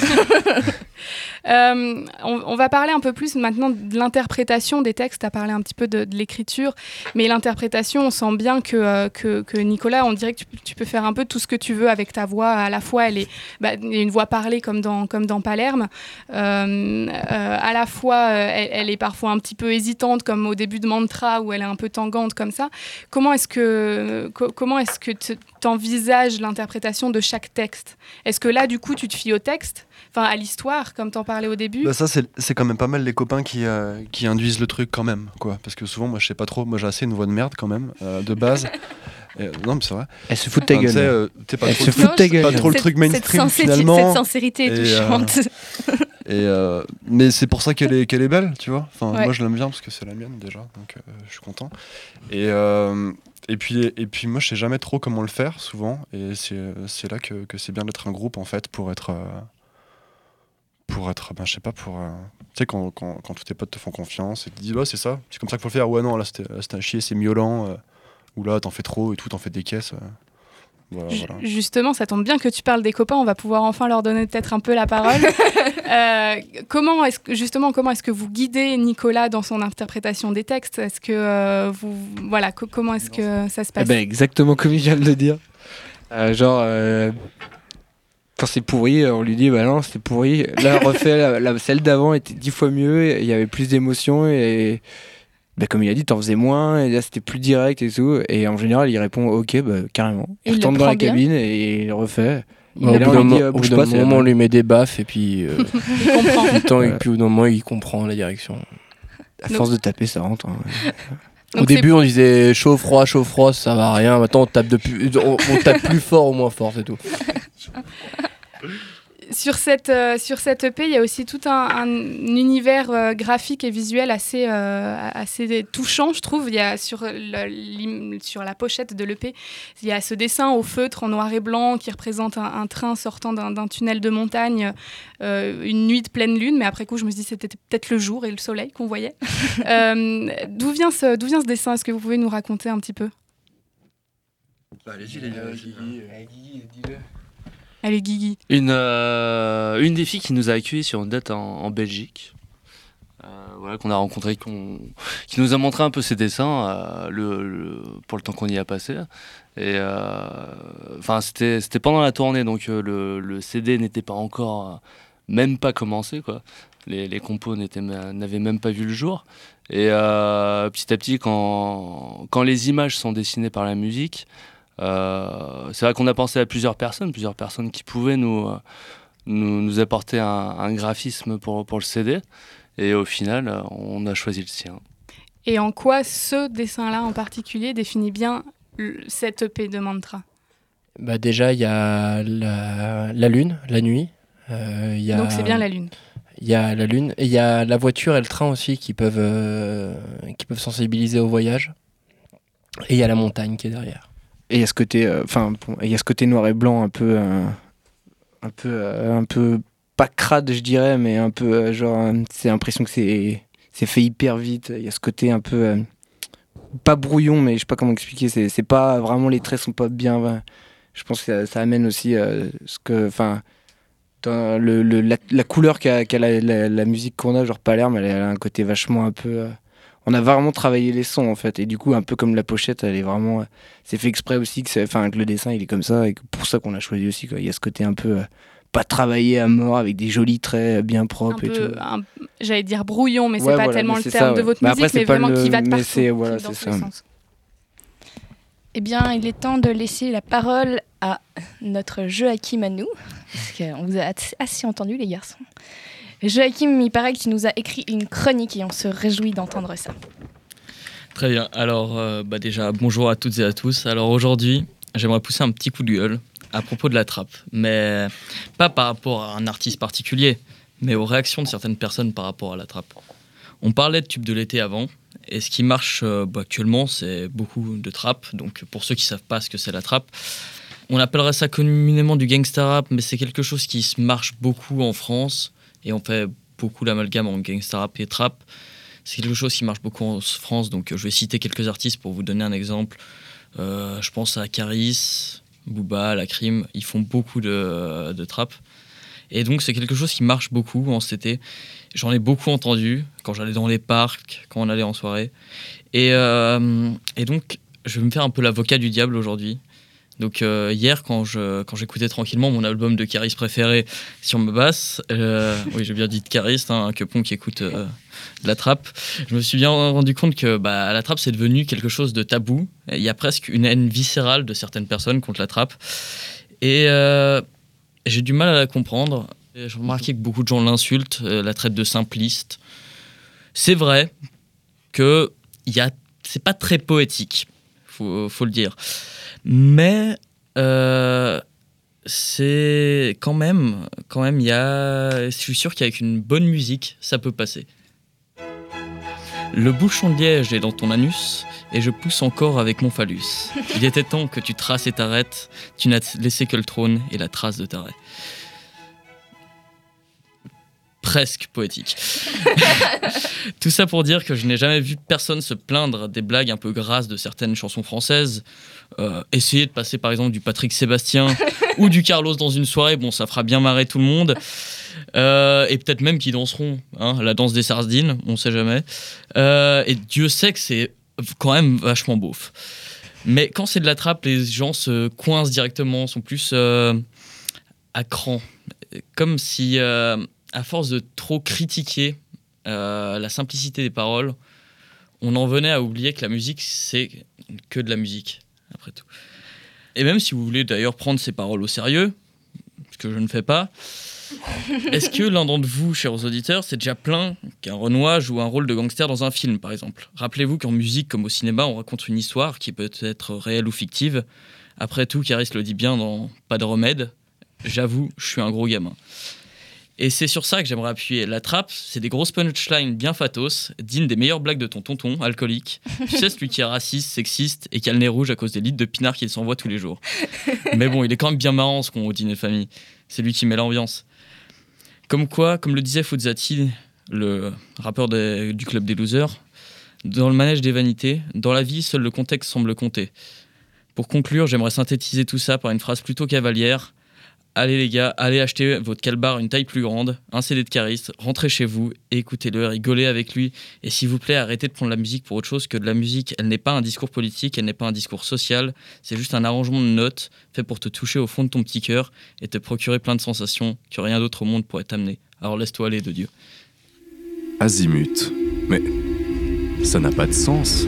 On va parler un peu plus maintenant de l'interprétation des textes. Tu as parlé un petit peu de l'écriture, mais l'interprétation, on sent bien que Nicolas, on dirait que tu peux faire un peu tout ce que tu veux avec ta voix. À la fois, il y a une voix parlée comme dans Palerme. À la fois, elle est parfois un petit peu hésitante, comme au début de Mantra, où elle est un peu tangante comme ça. Comment est-ce que t'envisages l'interprétation de chaque texte ? Est-ce que là, du coup, tu te fies au texte, enfin à l'histoire, comme t'en parlais au début ? Ça, c'est quand même pas mal les copains qui induisent le truc quand même, quoi. Parce que souvent, moi, je sais pas trop. Moi, j'ai assez une voix de merde quand même, de base. Non, mais c'est vrai. Elle se fout de ta gueule. Elle se fout de ta gueule. Pas trop le truc mainstream, finalement. Cette sincérité est touchante. Mais c'est pour ça qu'elle est belle, tu vois. Enfin, moi, je l'aime bien parce que c'est la mienne déjà, donc je suis content. Et puis moi, je sais jamais trop comment le faire souvent, et c'est là que c'est bien d'être un groupe en fait pour être je sais pas, tu sais, quand tous tes potes te font confiance et te disent c'est ça, c'est comme ça qu'il faut le faire. Ouais, non, là c'était un chier, c'est miaulant, ou là t'en fais trop et tout, t'en fais des caisses. Voilà. Justement, ça tombe bien que tu parles des copains, on va pouvoir enfin leur donner peut-être un peu la parole. Comment est-ce que vous guidez Nicolas dans son interprétation des textes ? Est-ce que comment est-ce que ça se passe ? Exactement comme il vient de le dire. Quand c'est pourri, on lui dit non, c'était pourri. Là, refait celle d'avant était 10 fois mieux, il y avait plus d'émotions et comme il a dit, t'en faisais moins, et là c'était plus direct et tout. Et en général, il répond ok, carrément. Il retourne dans la cabine et il refait. Au bout d'un moment, on lui met des baffes et puis il comprend. Et puis au bout d'un moment, il comprend la direction. À force de taper, ça rentre. Hein. Au début, on disait chaud, froid, ça va rien. Maintenant, on tape plus fort ou moins fort, c'est tout. Sur cette EP, il y a aussi tout un univers graphique et visuel assez touchant, je trouve. Il y a sur la pochette de l'EP, il y a ce dessin au feutre en noir et blanc qui représente un train sortant d'un tunnel de montagne, une nuit de pleine lune, mais après coup, je me suis dit c'était peut-être le jour et le soleil qu'on voyait. D'où vient ce dessin? Est-ce que vous pouvez nous raconter un petit peu? Allez-y, Guigui, dis-le. Allez, Guigui. Une des filles qui nous a accueillis sur une date en Belgique, qu'on a rencontré, qui nous a montré un peu ses dessins pour le temps qu'on y a passé. Et c'était pendant la tournée, donc le CD n'était pas encore, même pas commencé, quoi. Les compos n'avaient même pas vu le jour. Et petit à petit, quand les images sont dessinées par la musique, c'est vrai qu'on a pensé à plusieurs personnes qui pouvaient nous apporter un graphisme pour le CD. Et au final, on a choisi le sien. Et en quoi ce dessin-là en particulier définit bien cette EP de Mantra? Déjà, il y a la lune, la nuit. Donc c'est bien la lune. Il y a la lune et il y a la voiture et le train aussi qui peuvent sensibiliser au voyage. Et il y a la montagne qui est derrière. Et il y a ce côté, noir et blanc un peu pas crade, je dirais, mais un peu c'est l'impression que c'est fait hyper vite. Il y a ce côté un peu pas brouillon, mais je sais pas comment expliquer. C'est pas vraiment, les traits sont pas bien. Je pense que ça amène aussi dans la couleur qu'a la musique qu'on a, genre Palerme, elle a un côté vachement un peu. On a vraiment travaillé les sons en fait, et du coup un peu comme la pochette, elle est vraiment, c'est fait exprès aussi que le dessin il est comme ça, et pour ça qu'on l'a choisi aussi, quoi. Il y a ce côté un peu pas travaillé à mort avec des jolis traits bien propres et tout. J'allais dire brouillon, mais c'est pas tellement le terme de votre musique, mais vraiment qui va de partout, c'est dans ça. tous les sens. Eh bien, il est temps de laisser la parole à notre Joachim à nous, parce qu'on vous a assez entendu les garçons. Joachim, il paraît que tu nous as écrit une chronique et on se réjouit d'entendre ça. Très bien. Alors, déjà, bonjour à toutes et à tous. Alors aujourd'hui, j'aimerais pousser un petit coup de gueule à propos de la trappe, mais pas par rapport à un artiste particulier, mais aux réactions de certaines personnes par rapport à la trappe. On parlait de tube de l'été avant, et ce qui marche actuellement, c'est beaucoup de trappe. Donc, pour ceux qui ne savent pas ce que c'est la trappe, on appellerait ça communément du gangsta rap, mais c'est quelque chose qui se marche beaucoup en France. Et on fait beaucoup l'amalgame en gangsta rap et trap. C'est quelque chose qui marche beaucoup en France, donc je vais citer quelques artistes pour vous donner un exemple. Je pense à Caris, Booba, La Crime, ils font beaucoup de trap. Et donc c'est quelque chose qui marche beaucoup en cet été. J'en ai beaucoup entendu quand j'allais dans les parcs, quand on allait en soirée. Et donc je vais me faire un peu l'avocat du diable aujourd'hui. Donc hier, quand j'écoutais tranquillement mon album de Caris préféré sur ma basse, oui j'ai bien dit de Caris, un quepon qui écoute de la trappe, je me suis bien rendu compte que la trappe c'est devenu quelque chose de tabou. Il y a presque une haine viscérale de certaines personnes contre la trappe. Et j'ai du mal à la comprendre. J'ai remarqué que beaucoup de gens l'insultent, la traitent de simpliste. C'est vrai que c'est pas très poétique, faut le dire. Mais c'est quand même je suis sûr qu'avec une bonne musique, ça peut passer. Le bouchon de liège est dans ton anus et je pousse encore avec mon phallus. Il était temps que tu traces et t'arrêtes, tu n'as laissé que le trône et la trace de ta raie. Presque poétique. Tout ça pour dire que je n'ai jamais vu personne se plaindre des blagues un peu grasses de certaines chansons françaises. Essayer de passer par exemple du Patrick Sébastien ou du Carlos dans une soirée, bon ça fera bien marrer tout le monde. Et peut-être même qu'ils danseront, la danse des sardines, on sait jamais. Et Dieu sait que c'est quand même vachement beauf. Mais quand c'est de la trappe, les gens se coincent directement, sont plus à cran. Comme si... à force de trop critiquer la simplicité des paroles, on en venait à oublier que la musique, c'est que de la musique, après tout. Et même si vous voulez d'ailleurs prendre ces paroles au sérieux, ce que je ne fais pas, est-ce que l'un d'entre vous, chers auditeurs, s'est déjà plaint qu'un Renoir joue un rôle de gangster dans un film, par exemple ? Rappelez-vous qu'en musique comme au cinéma, on raconte une histoire qui peut être réelle ou fictive. Après tout, Caris le dit bien dans Pas de remède, j'avoue, je suis un gros gamin. Et c'est sur ça que j'aimerais appuyer. La trappe, c'est des grosses punchlines bien fatos, dignes des meilleures blagues de ton tonton, alcoolique. Tu sais, celui qui est raciste, sexiste et qui a le nez rouge à cause des litres de pinard qu'il s'envoie tous les jours. Mais bon, il est quand même bien marrant ce qu'on au dîner de famille. C'est lui qui met l'ambiance. Comme quoi, comme le disait Fouzati, le rappeur du Club des Losers, dans le manège des vanités, dans la vie, seul le contexte semble compter. Pour conclure, j'aimerais synthétiser tout ça par une phrase plutôt cavalière. Allez les gars, allez acheter votre calbar une taille plus grande, un CD de Caris, rentrez chez vous, écoutez-le, rigolez avec lui. Et s'il vous plaît, arrêtez de prendre la musique pour autre chose que de la musique. Elle n'est pas un discours politique, elle n'est pas un discours social. C'est juste un arrangement de notes fait pour te toucher au fond de ton petit cœur et te procurer plein de sensations que rien d'autre au monde pourrait t'amener. Alors laisse-toi aller de Dieu. Azimut. Mais ça n'a pas de sens.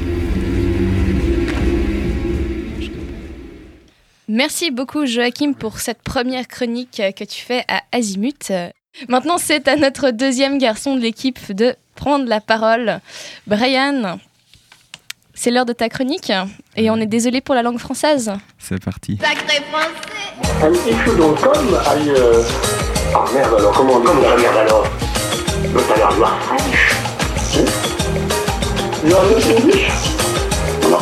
Merci beaucoup Joachim pour cette première chronique que tu fais à Azimut. Maintenant, c'est à notre deuxième garçon de l'équipe de prendre la parole. Brian, c'est l'heure de ta chronique et on est désolé pour la langue française. C'est parti. Sacré français. Un petit chou dans le com, aïe. Ah merde alors, comment on dit la merde alors? L'autre a l'air de voir fraîche. You are English? Non.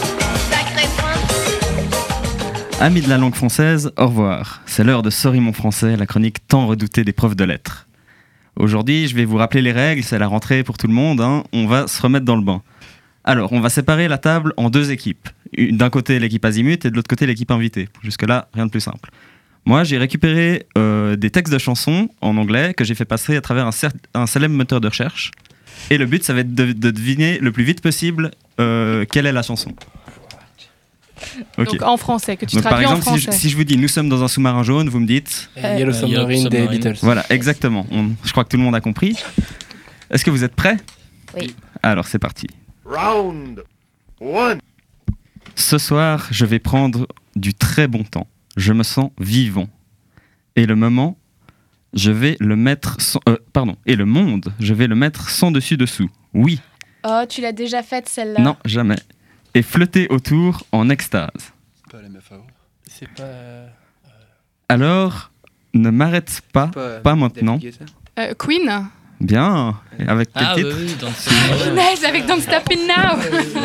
Amis de la langue française, au revoir. C'est l'heure de Sorry mon français, la chronique tant redoutée des profs de lettres. Aujourd'hui, je vais vous rappeler les règles, c'est la rentrée pour tout le monde, hein. On va se remettre dans le bain. Alors, on va séparer la table en deux équipes. D'un côté, l'équipe Azimut et de l'autre côté, l'équipe invitée. Jusque-là, rien de plus simple. Moi, j'ai récupéré des textes de chansons en anglais que j'ai fait passer à travers un célèbre moteur de recherche. Et le but, ça va être de deviner le plus vite possible quelle est la chanson. Okay. Donc en français, que tu Donc, traduis par exemple, en français. si je vous dis « Nous sommes dans un sous-marin jaune », vous me dites Yellow Submarine des Beatles. Voilà, exactement. Je crois que tout le monde a compris. Est-ce que vous êtes prêts? Oui. Alors, c'est parti. Round 1. Ce soir, je vais prendre du très bon temps. Je me sens vivant. Et le moment, je vais le mettre sans... et le monde, je vais le mettre sans dessus-dessous. Oui. Oh, tu l'as déjà faite celle-là? Non, jamais. Et flotter autour en extase. Pas l'MFAO. C'est pas... Alors, ne m'arrête pas maintenant. Queen. Bien. Et avec quel titre? Oui, dans Punaise, avec Don't Stop It Now.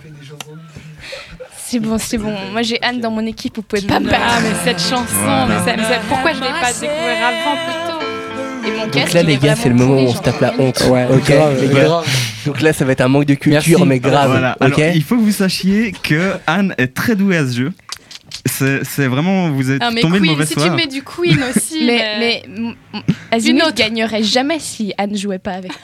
C'est bon. Moi, j'ai Anne dans mon équipe, vous pouvez pas me battre. Ah, mais cette chanson, Voilà. pourquoi je l'ai pas découvert avant plutôt? Et mon Donc casque, là, il les est gars, c'est le vraiment moment où on pourri, se tape la j'entends honte. rien. Ok, les gars. Donc là, ça va être un manque de culture, mais grave. Voilà. Ok. Alors, il faut que vous sachiez que Anne est très douée à ce jeu. C'est vraiment, vous êtes Ah, mais tombé de Queen, mauvaise si foi. tu mets du Queen aussi. Mais Azimut ne gagnerait jamais si Anne jouait pas avec.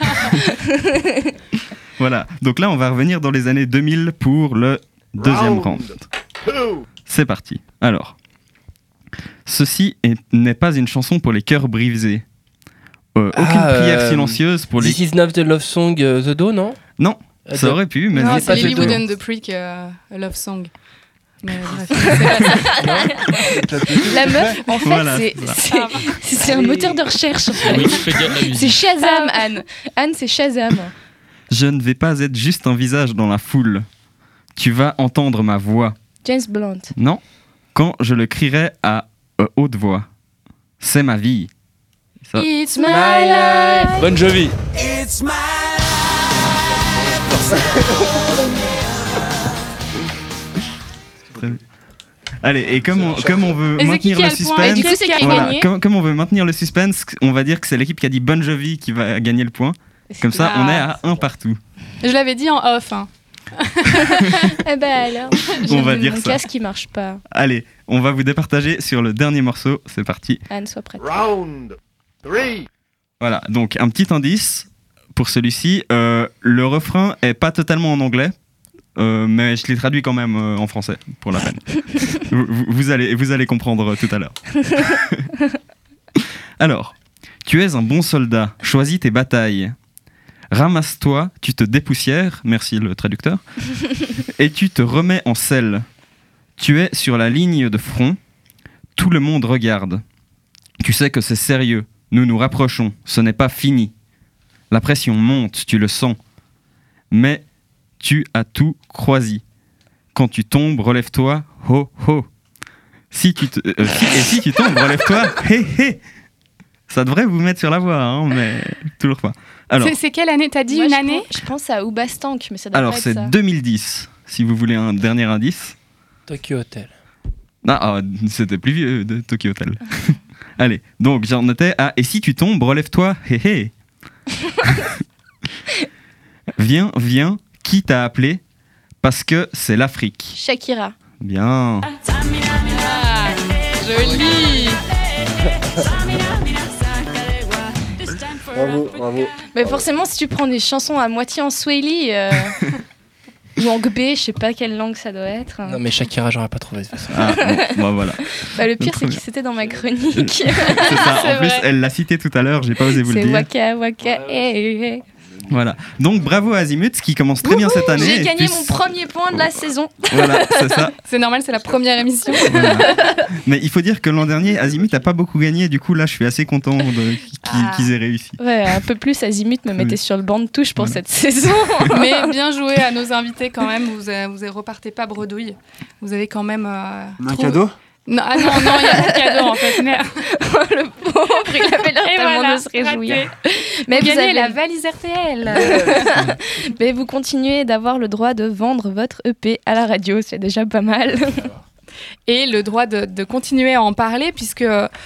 Voilà. Donc là, on va revenir dans les années 2000 pour le deuxième round. C'est parti. Alors, ceci n'est pas une chanson pour les cœurs brisés. Aucune prière silencieuse pour les... This is not the love song The Do, non? Non, ça aurait pu, mais Non, non, c'est pas du Lilywood tout. and the Prick, A Love Song. Mais bref, c'est pas ça. La meuf, en fait, Voilà, c'est un moteur de recherche. En fait. Wikipédia de la musique. C'est Shazam, Anne. Anne, c'est Shazam. Je ne vais pas être juste un visage dans la foule. Tu vas entendre ma voix. James Blunt. Non, quand je le crierai à haute voix. C'est ma vie. Ça. It's my life. Bon Jovi. It's my Allez, et comme on veut Et c'est maintenir qui le a le point? Et suspense, du coup, c'est qui a voilà, gagné? comme on veut maintenir le suspense, on va dire que c'est l'équipe qui a dit Bon Jovi qui va gagner le point. Comme ça, on est à un partout. Je l'avais dit en off. Hein. Eh ben alors. On va dire mon ça. casque qui marche pas. Allez, on va vous départager sur le dernier morceau. C'est parti. Anne, sois prête. Round 3. Voilà, donc un petit indice pour celui-ci. Le refrain est pas totalement en anglais, mais je l'ai traduit quand même en français, pour la peine. vous allez comprendre tout à l'heure. Alors, tu es un bon soldat, choisis tes batailles. Ramasse-toi, tu te dépoussières, merci le traducteur, et tu te remets en selle. Tu es sur la ligne de front, tout le monde regarde. Tu sais que c'est sérieux, nous nous rapprochons, ce n'est pas fini. La pression monte, tu le sens. Mais tu as tout croisi. Quand tu tombes, relève-toi, ho ho. Si tu tombes, relève-toi. Hé hé. Ça devrait vous mettre sur la voie, hein, mais toujours pas. Alors, c'est quelle année? T'as dit une année? Je pense à Oubastank, mais ça doit alors pas être c'est ça. 2010, si vous voulez un dernier indice. Tokyo Hotel. C'était plus vieux de Tokyo Hotel. Allez, donc j'en étais à et si tu tombes, relève-toi. Hé hé. Viens, qui t'a appelé? Parce que c'est l'Afrique. Shakira. Bien. Joli. Bravo. Mais forcément, si tu prends des chansons à moitié en swahili ou en gbé, je sais pas quelle langue ça doit être. Non, mais Shakira, j'aurais pas trouvé ça. Bon, voilà. Le pire, c'est que c'était dans ma chronique. C'est ça. En plus, elle l'a cité tout à l'heure, j'ai pas osé vous le dire. C'est Waka, hey. Voilà. Donc bravo à Azimut, qui commence très bien cette année. J'ai gagné mon premier point de la saison. Voilà, c'est ça. C'est normal, c'est la première émission. Voilà. Mais il faut dire que l'an dernier, Azimut n'a pas beaucoup gagné. Du coup, là, je suis assez content qu'ils aient réussi. Ouais, un peu plus, Azimut me mettait sur le banc de touche pour cette saison. Mais bien joué à nos invités quand même. Vous repartez pas bredouille. Vous avez quand même. Un cadeau? Non, il y a un cadeau en fait. Mais... le pauvre, il avait l'air tellement de se réjouir. Mais vous avez la valise RTL. Mais vous continuez d'avoir le droit de vendre votre EP à la radio, c'est déjà pas mal. Et le droit de continuer à en parler, puisque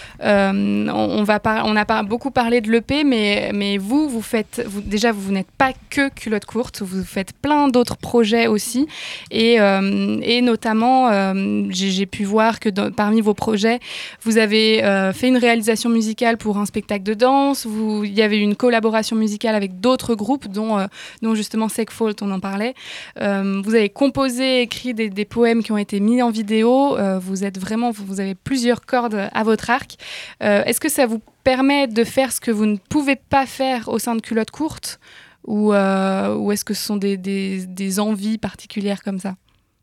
on a beaucoup parlé de l'EP, mais vous n'êtes pas que culotte courte, vous faites plein d'autres projets aussi, et notamment j'ai pu voir que parmi vos projets, vous avez fait une réalisation musicale pour un spectacle de danse, il y avait une collaboration musicale avec d'autres groupes, dont justement Sek Fault, on en parlait. Vous avez composé, écrit des poèmes qui ont été mis en vidéo. Vous avez plusieurs cordes à votre arc. Est-ce que ça vous permet de faire ce que vous ne pouvez pas faire au sein de Culotte Courte, ou est-ce que ce sont des envies particulières comme ça?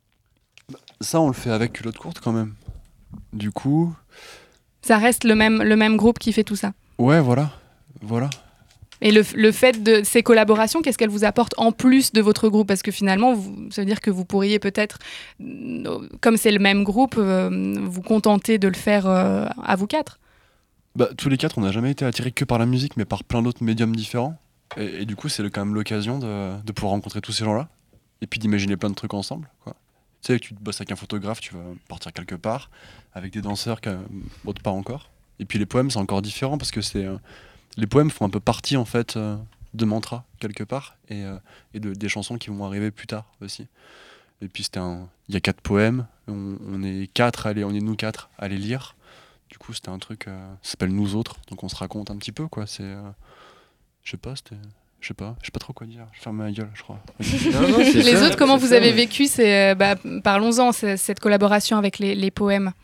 Ça, on le fait avec Culotte Courte quand même. Du coup... Ça reste le même groupe qui fait tout ça? Ouais, voilà. Et le fait de ces collaborations, qu'est-ce qu'elles vous apportent en plus de votre groupe? Parce que finalement, ça veut dire que vous pourriez peut-être, comme c'est le même groupe, vous contenter de le faire à vous quatre. Tous les quatre, on n'a jamais été attirés que par la musique, mais par plein d'autres médiums différents. Et du coup, c'est quand même l'occasion de pouvoir rencontrer tous ces gens-là. Et puis d'imaginer plein de trucs ensemble, quoi. Tu sais, que tu bosses avec un photographe, tu vas partir quelque part, avec des danseurs, d'autres pas encore. Et puis les poèmes, c'est encore différent, parce que les poèmes font un peu partie en fait de mantras quelque part et des chansons qui vont arriver plus tard aussi. Et puis il y a 4 poèmes, on est nous quatre à les lire. Du coup c'était un truc, ça s'appelle Nous Autres, donc on se raconte un petit peu quoi. Je sais pas trop quoi dire. Je ferme ma gueule, je crois. Les autres, comment vous avez vécu parlons-en, cette collaboration avec les poèmes.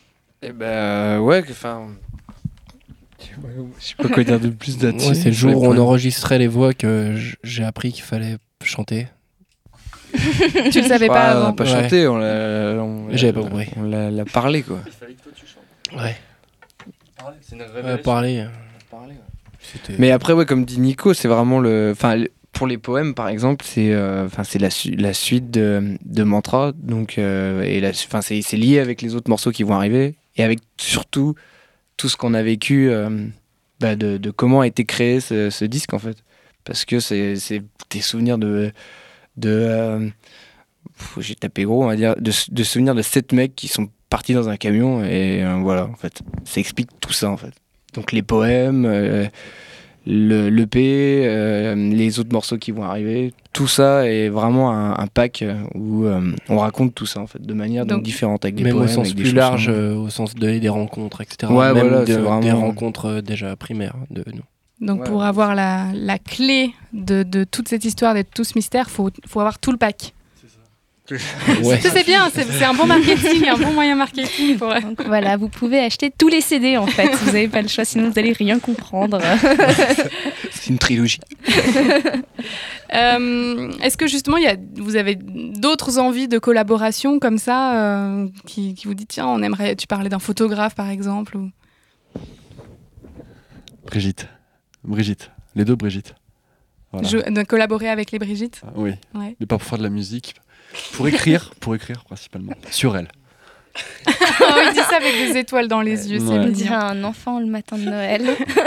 Je sais pas quoi dire de plus là-dessus. Ouais, c'est le jour où on enregistrait les voix que j'ai appris qu'il fallait chanter. Tu le savais pas avant? On n'a pas chanté, j'avais pas compris. On l'a parlé quoi. Il fallait que toi tu chantes. Ouais. C'est une révélation. Parler. Mais après, comme dit Nico, c'est vraiment pour les poèmes par exemple, c'est la suite de Mantra, donc c'est lié avec les autres morceaux qui vont arriver et avec surtout tout ce qu'on a vécu de comment a été créé ce disque en fait, parce que c'est des souvenirs j'ai tapé gros, on va dire, de souvenirs de 7 mecs qui sont partis dans un camion et voilà en fait, ça explique tout ça en fait. Donc les poèmes, l'EP, les autres morceaux qui vont arriver, tout ça est vraiment un pack où on raconte tout ça en fait de manière donc différente, avec des poèmes, au sens avec plus des large, au sens des rencontres, etc. Ouais, même voilà, des vraiment... rencontres déjà primaires de nous. Donc pour avoir la clé de toute cette histoire, de tout ce mystère, faut avoir tout le pack. Ouais. Ça, c'est bien, c'est un bon marketing, un bon moyen marketing. Donc voilà, vous pouvez acheter tous les CD en fait, vous n'avez pas le choix, sinon vous n'allez rien comprendre. C'est une trilogie. Est-ce que justement vous avez d'autres envies de collaboration comme ça qui vous dit tiens, tu parlais d'un photographe par exemple ou... Brigitte, les deux Brigitte. Voilà. De collaborer avec les Brigitte. Oui, ouais. Mais pas pour faire de la musique. Pour écrire principalement, sur elle. Il dit ça avec des étoiles dans les yeux, c'est On mignon. dirait un enfant le matin de Noël.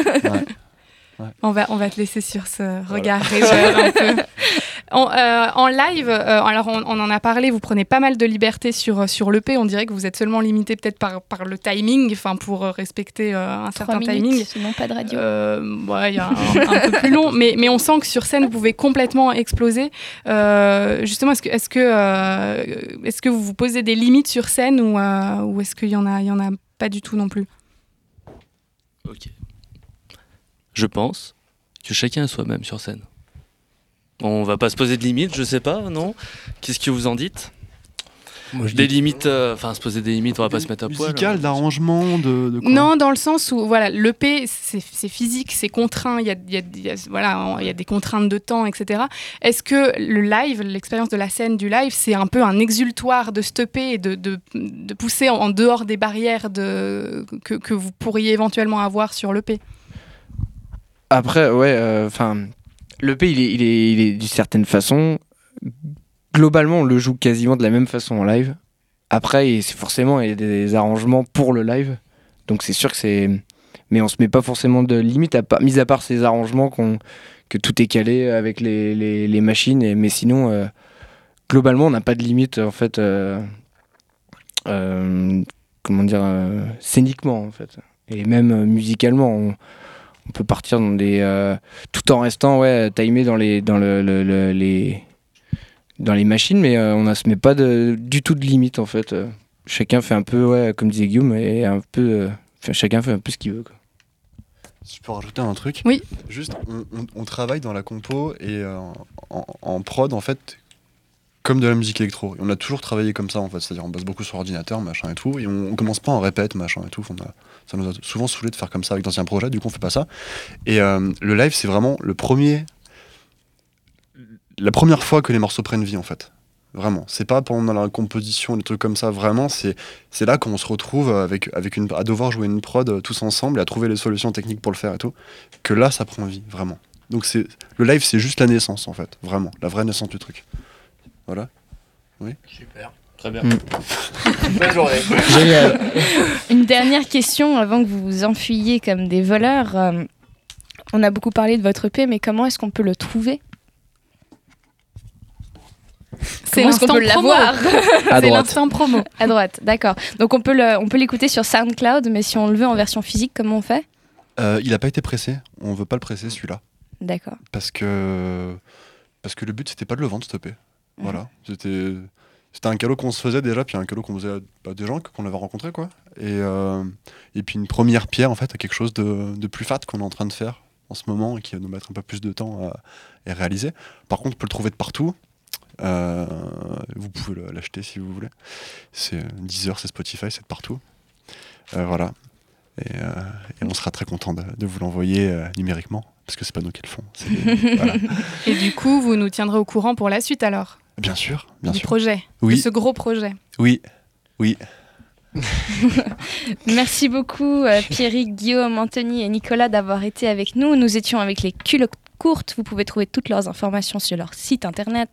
On va te laisser sur ce regard rêveur un peu. En live, alors on en a parlé, vous prenez pas mal de liberté sur l'EP. On dirait que vous êtes seulement limité peut-être par le timing, pour respecter un certain 3 minutes, timing. sinon pas de radio. Il y a un peu plus long, mais on sent que sur scène, vous pouvez complètement exploser. Justement, est-ce que vous vous posez des limites sur scène ou est-ce qu'il y en a pas du tout non plus? Ok. Je pense que chacun est soi-même sur scène. On va pas se poser de limites, je sais pas, non? Qu'est-ce que vous en dites? Des limites, se poser des limites, on va pas se mettre à poil. Musical, d'arrangement, de quoi? Non, dans le sens où l'EP, c'est physique, c'est contraint, il y a des contraintes de temps, etc. Est-ce que le live, l'expérience de la scène du live, c'est un peu un exutoire de cette EP et de pousser en dehors des barrières que vous pourriez éventuellement avoir sur l'EP? Après, l'EP, il est d'une certaine façon. Globalement, on le joue quasiment de la même façon en live. Après, c'est forcément, il y a des arrangements pour le live. Donc c'est sûr que c'est... Mais on se met pas forcément de limite, mis à part ces arrangements que tout est calé avec les machines. Mais sinon, globalement, on n'a pas de limite, en fait... scéniquement, en fait. Et même musicalement, on peut partir dans des... tout en restant timé dans les machines, mais on ne se met pas du tout de limite, en fait. Chacun fait un peu, comme disait Guillaume, et un peu, chacun fait un peu ce qu'il veut, quoi. Si je peux rajouter un truc? Oui. Juste, on travaille dans la compo et en prod, en fait, comme de la musique électro. Et on a toujours travaillé comme ça, en fait. C'est-à-dire, on bosse beaucoup sur ordinateur, machin et tout, et on commence pas en répète, machin et tout. Ça nous a souvent saoulé de faire comme ça avec d'anciens projets, du coup, on fait pas ça. Et le live, c'est vraiment la première fois que les morceaux prennent vie, en fait. Vraiment. C'est pas pendant la composition, des trucs comme ça. Vraiment, c'est là qu'on se retrouve à devoir jouer une prod tous ensemble et à trouver les solutions techniques pour le faire et tout. Que là, ça prend vie, vraiment. Donc le live, c'est juste la naissance, en fait. Vraiment. La vraie naissance du truc. Voilà. Oui. Super. Très bien. Bonne journée. Génial. Une dernière question avant que vous vous enfuyiez comme des voleurs. On a beaucoup parlé de votre EP, mais comment est-ce qu'on peut le trouver? C'est Comment est-ce qu'on peut l'instant l'avoir? C'est l'instant promo. À droite, d'accord. Donc on peut l'écouter sur SoundCloud, mais si on le veut en version physique, comment on fait? Il n'a pas été pressé. On veut pas le presser, celui-là. D'accord. Parce que le but, c'était pas de le vendre, cette EP. Voilà. C'était un cadeau qu'on se faisait déjà, puis un cadeau qu'on faisait à des gens qu'on avait rencontrés, quoi. Et puis une première pierre, en fait, à quelque chose de plus fat qu'on est en train de faire en ce moment et qui va nous mettre un peu plus de temps à réaliser. Par contre, on peut le trouver de partout. Vous pouvez l'acheter si vous voulez. C'est Deezer, c'est Spotify, c'est de partout. Voilà. Et on sera très content de vous l'envoyer numériquement, parce que c'est pas nous qui le font. Voilà. Et du coup, vous nous tiendrez au courant pour la suite alors? Bien sûr. Du projet. Oui. De ce gros projet. Oui. Merci beaucoup Pierrick, Guillaume, Anthony et Nicolas d'avoir été avec nous. Nous étions avec les culottes courtes. Vous pouvez trouver toutes leurs informations sur leur site internet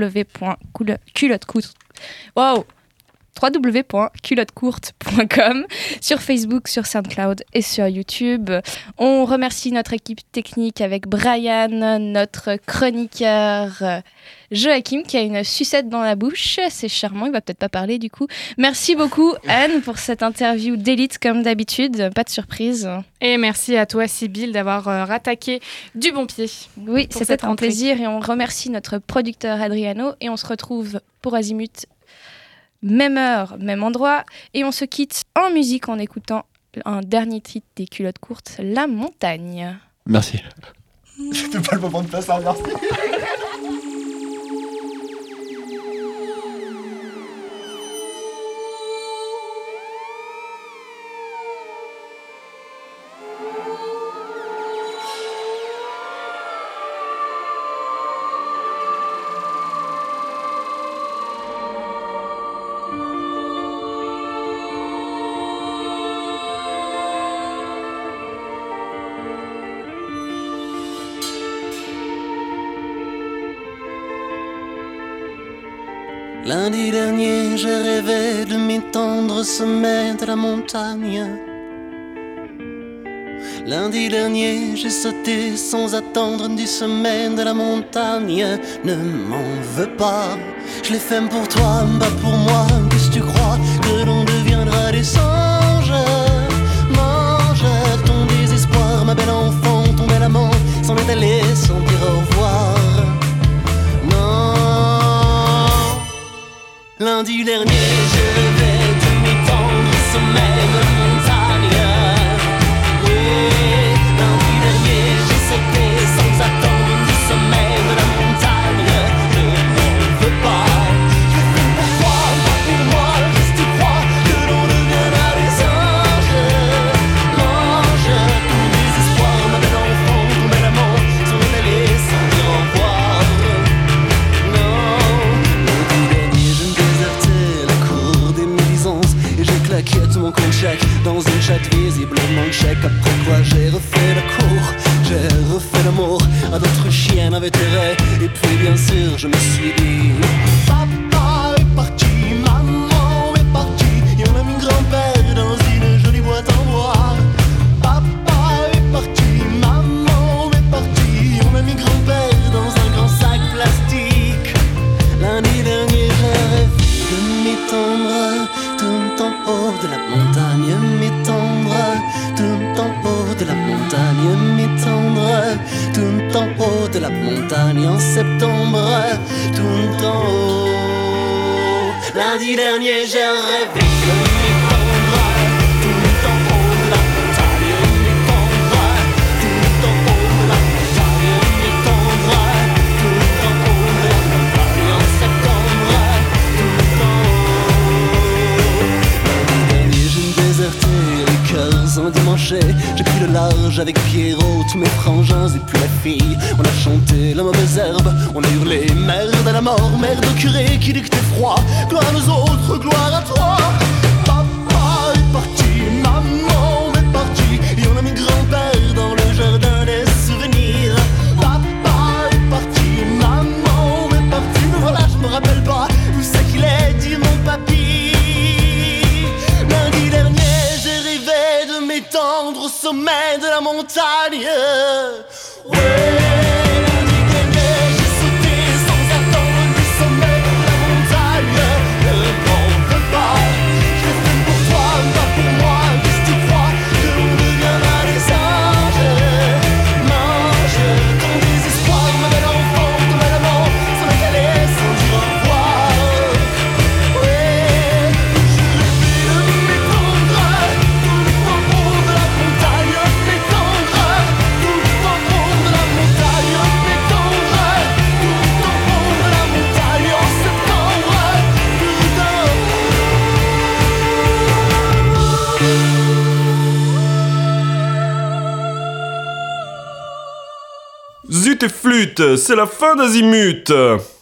www.culottecourte.com, sur Facebook, sur SoundCloud et sur YouTube. On remercie notre équipe technique avec Brian, notre chroniqueur Joachim qui a une sucette dans la bouche. C'est charmant, il va peut-être pas parler du coup. Merci beaucoup Anne pour cette interview d'élite comme d'habitude, pas de surprise. Et merci à toi Sybille d'avoir rattaqué du bon pied. Oui, c'était un plaisir et on remercie notre producteur Adriano et on se retrouve pour Azimut. Même heure, même endroit. Et on se quitte en musique en écoutant un dernier titre des culottes courtes, La Montagne. Merci. C'était pas le moment de passer un merci. Lundi dernier, je rêvais de m'étendre au sommet de la montagne. Lundi dernier, j'ai sauté sans attendre du sommet de la montagne. Ne m'en veux pas, je l'ai fait pour toi, pas pour moi. Qu'est-ce que tu crois que l'on deviendra des singes? Mange ton désespoir, ma belle enfant, ton bel amant s'en est allé sans dire au revoir. Non. Lundi dernier, je rêvais de m'étendre au sommet de la montagne. Lundi dernier, j'ai sauté sans attendre du sommet de la montagne. Je n'en veux pas, je l'ai fait pour toi, pas pour moi. Qu'est-ce que tu crois que l'on deviendra des singes? Mange ton désespoir, ma belle enfant, ton bel amant s'en est allé sans dire au revoir. Non, lundi dernier, je me désertais la cour des médisances et j'ai claqué tout mon compte chèque dans une chatte visiblement chèque. Après quoi j'ai refait la cour, j'ai refait l'amour à d'autres chiennes avec terre. Et puis bien sûr je me suis dit, papa est parti, maman est partie, et on a mis grand-père dans une jolie boîte en bois. Papa est parti, maman est partie, et on a mis grand-père dans un grand sac plastique. Lundi dernier j'ai rêvé de m'étendre tout en haut de la montagne, m'étendre tout en haut de la montagne, m'étendre tout en haut de la montagne en septembre, tout en haut. Lundi dernier j'ai rêvé de m'étendre tout en haut de la montagne, m'étendre tout en haut de la montagne, m'étendre tout en haut de la montagne en septembre, tout en haut. Lundi dernier je me désertais les cœurs endimanchés. J'ai pris le large avec Pierrot, tous mes frangins et puis la fille. On a chanté la mauvaise herbe, on a hurlé merde à la mort, merde au curé qui dit que t'es froid. Gloire à nous autres, gloire à toi. Papa est parti, maman est partie, et on a mis grand-père dans le jardin des souvenirs. Papa est parti, maman est partie, mais voilà je me rappelle pas où c'est qu'il est, dit mon papy. Lundi dernier j'ai rêvé de m'étendre au sommet de la montagne. Ouais. Zut et flûte, c'est la fin d'Azimut.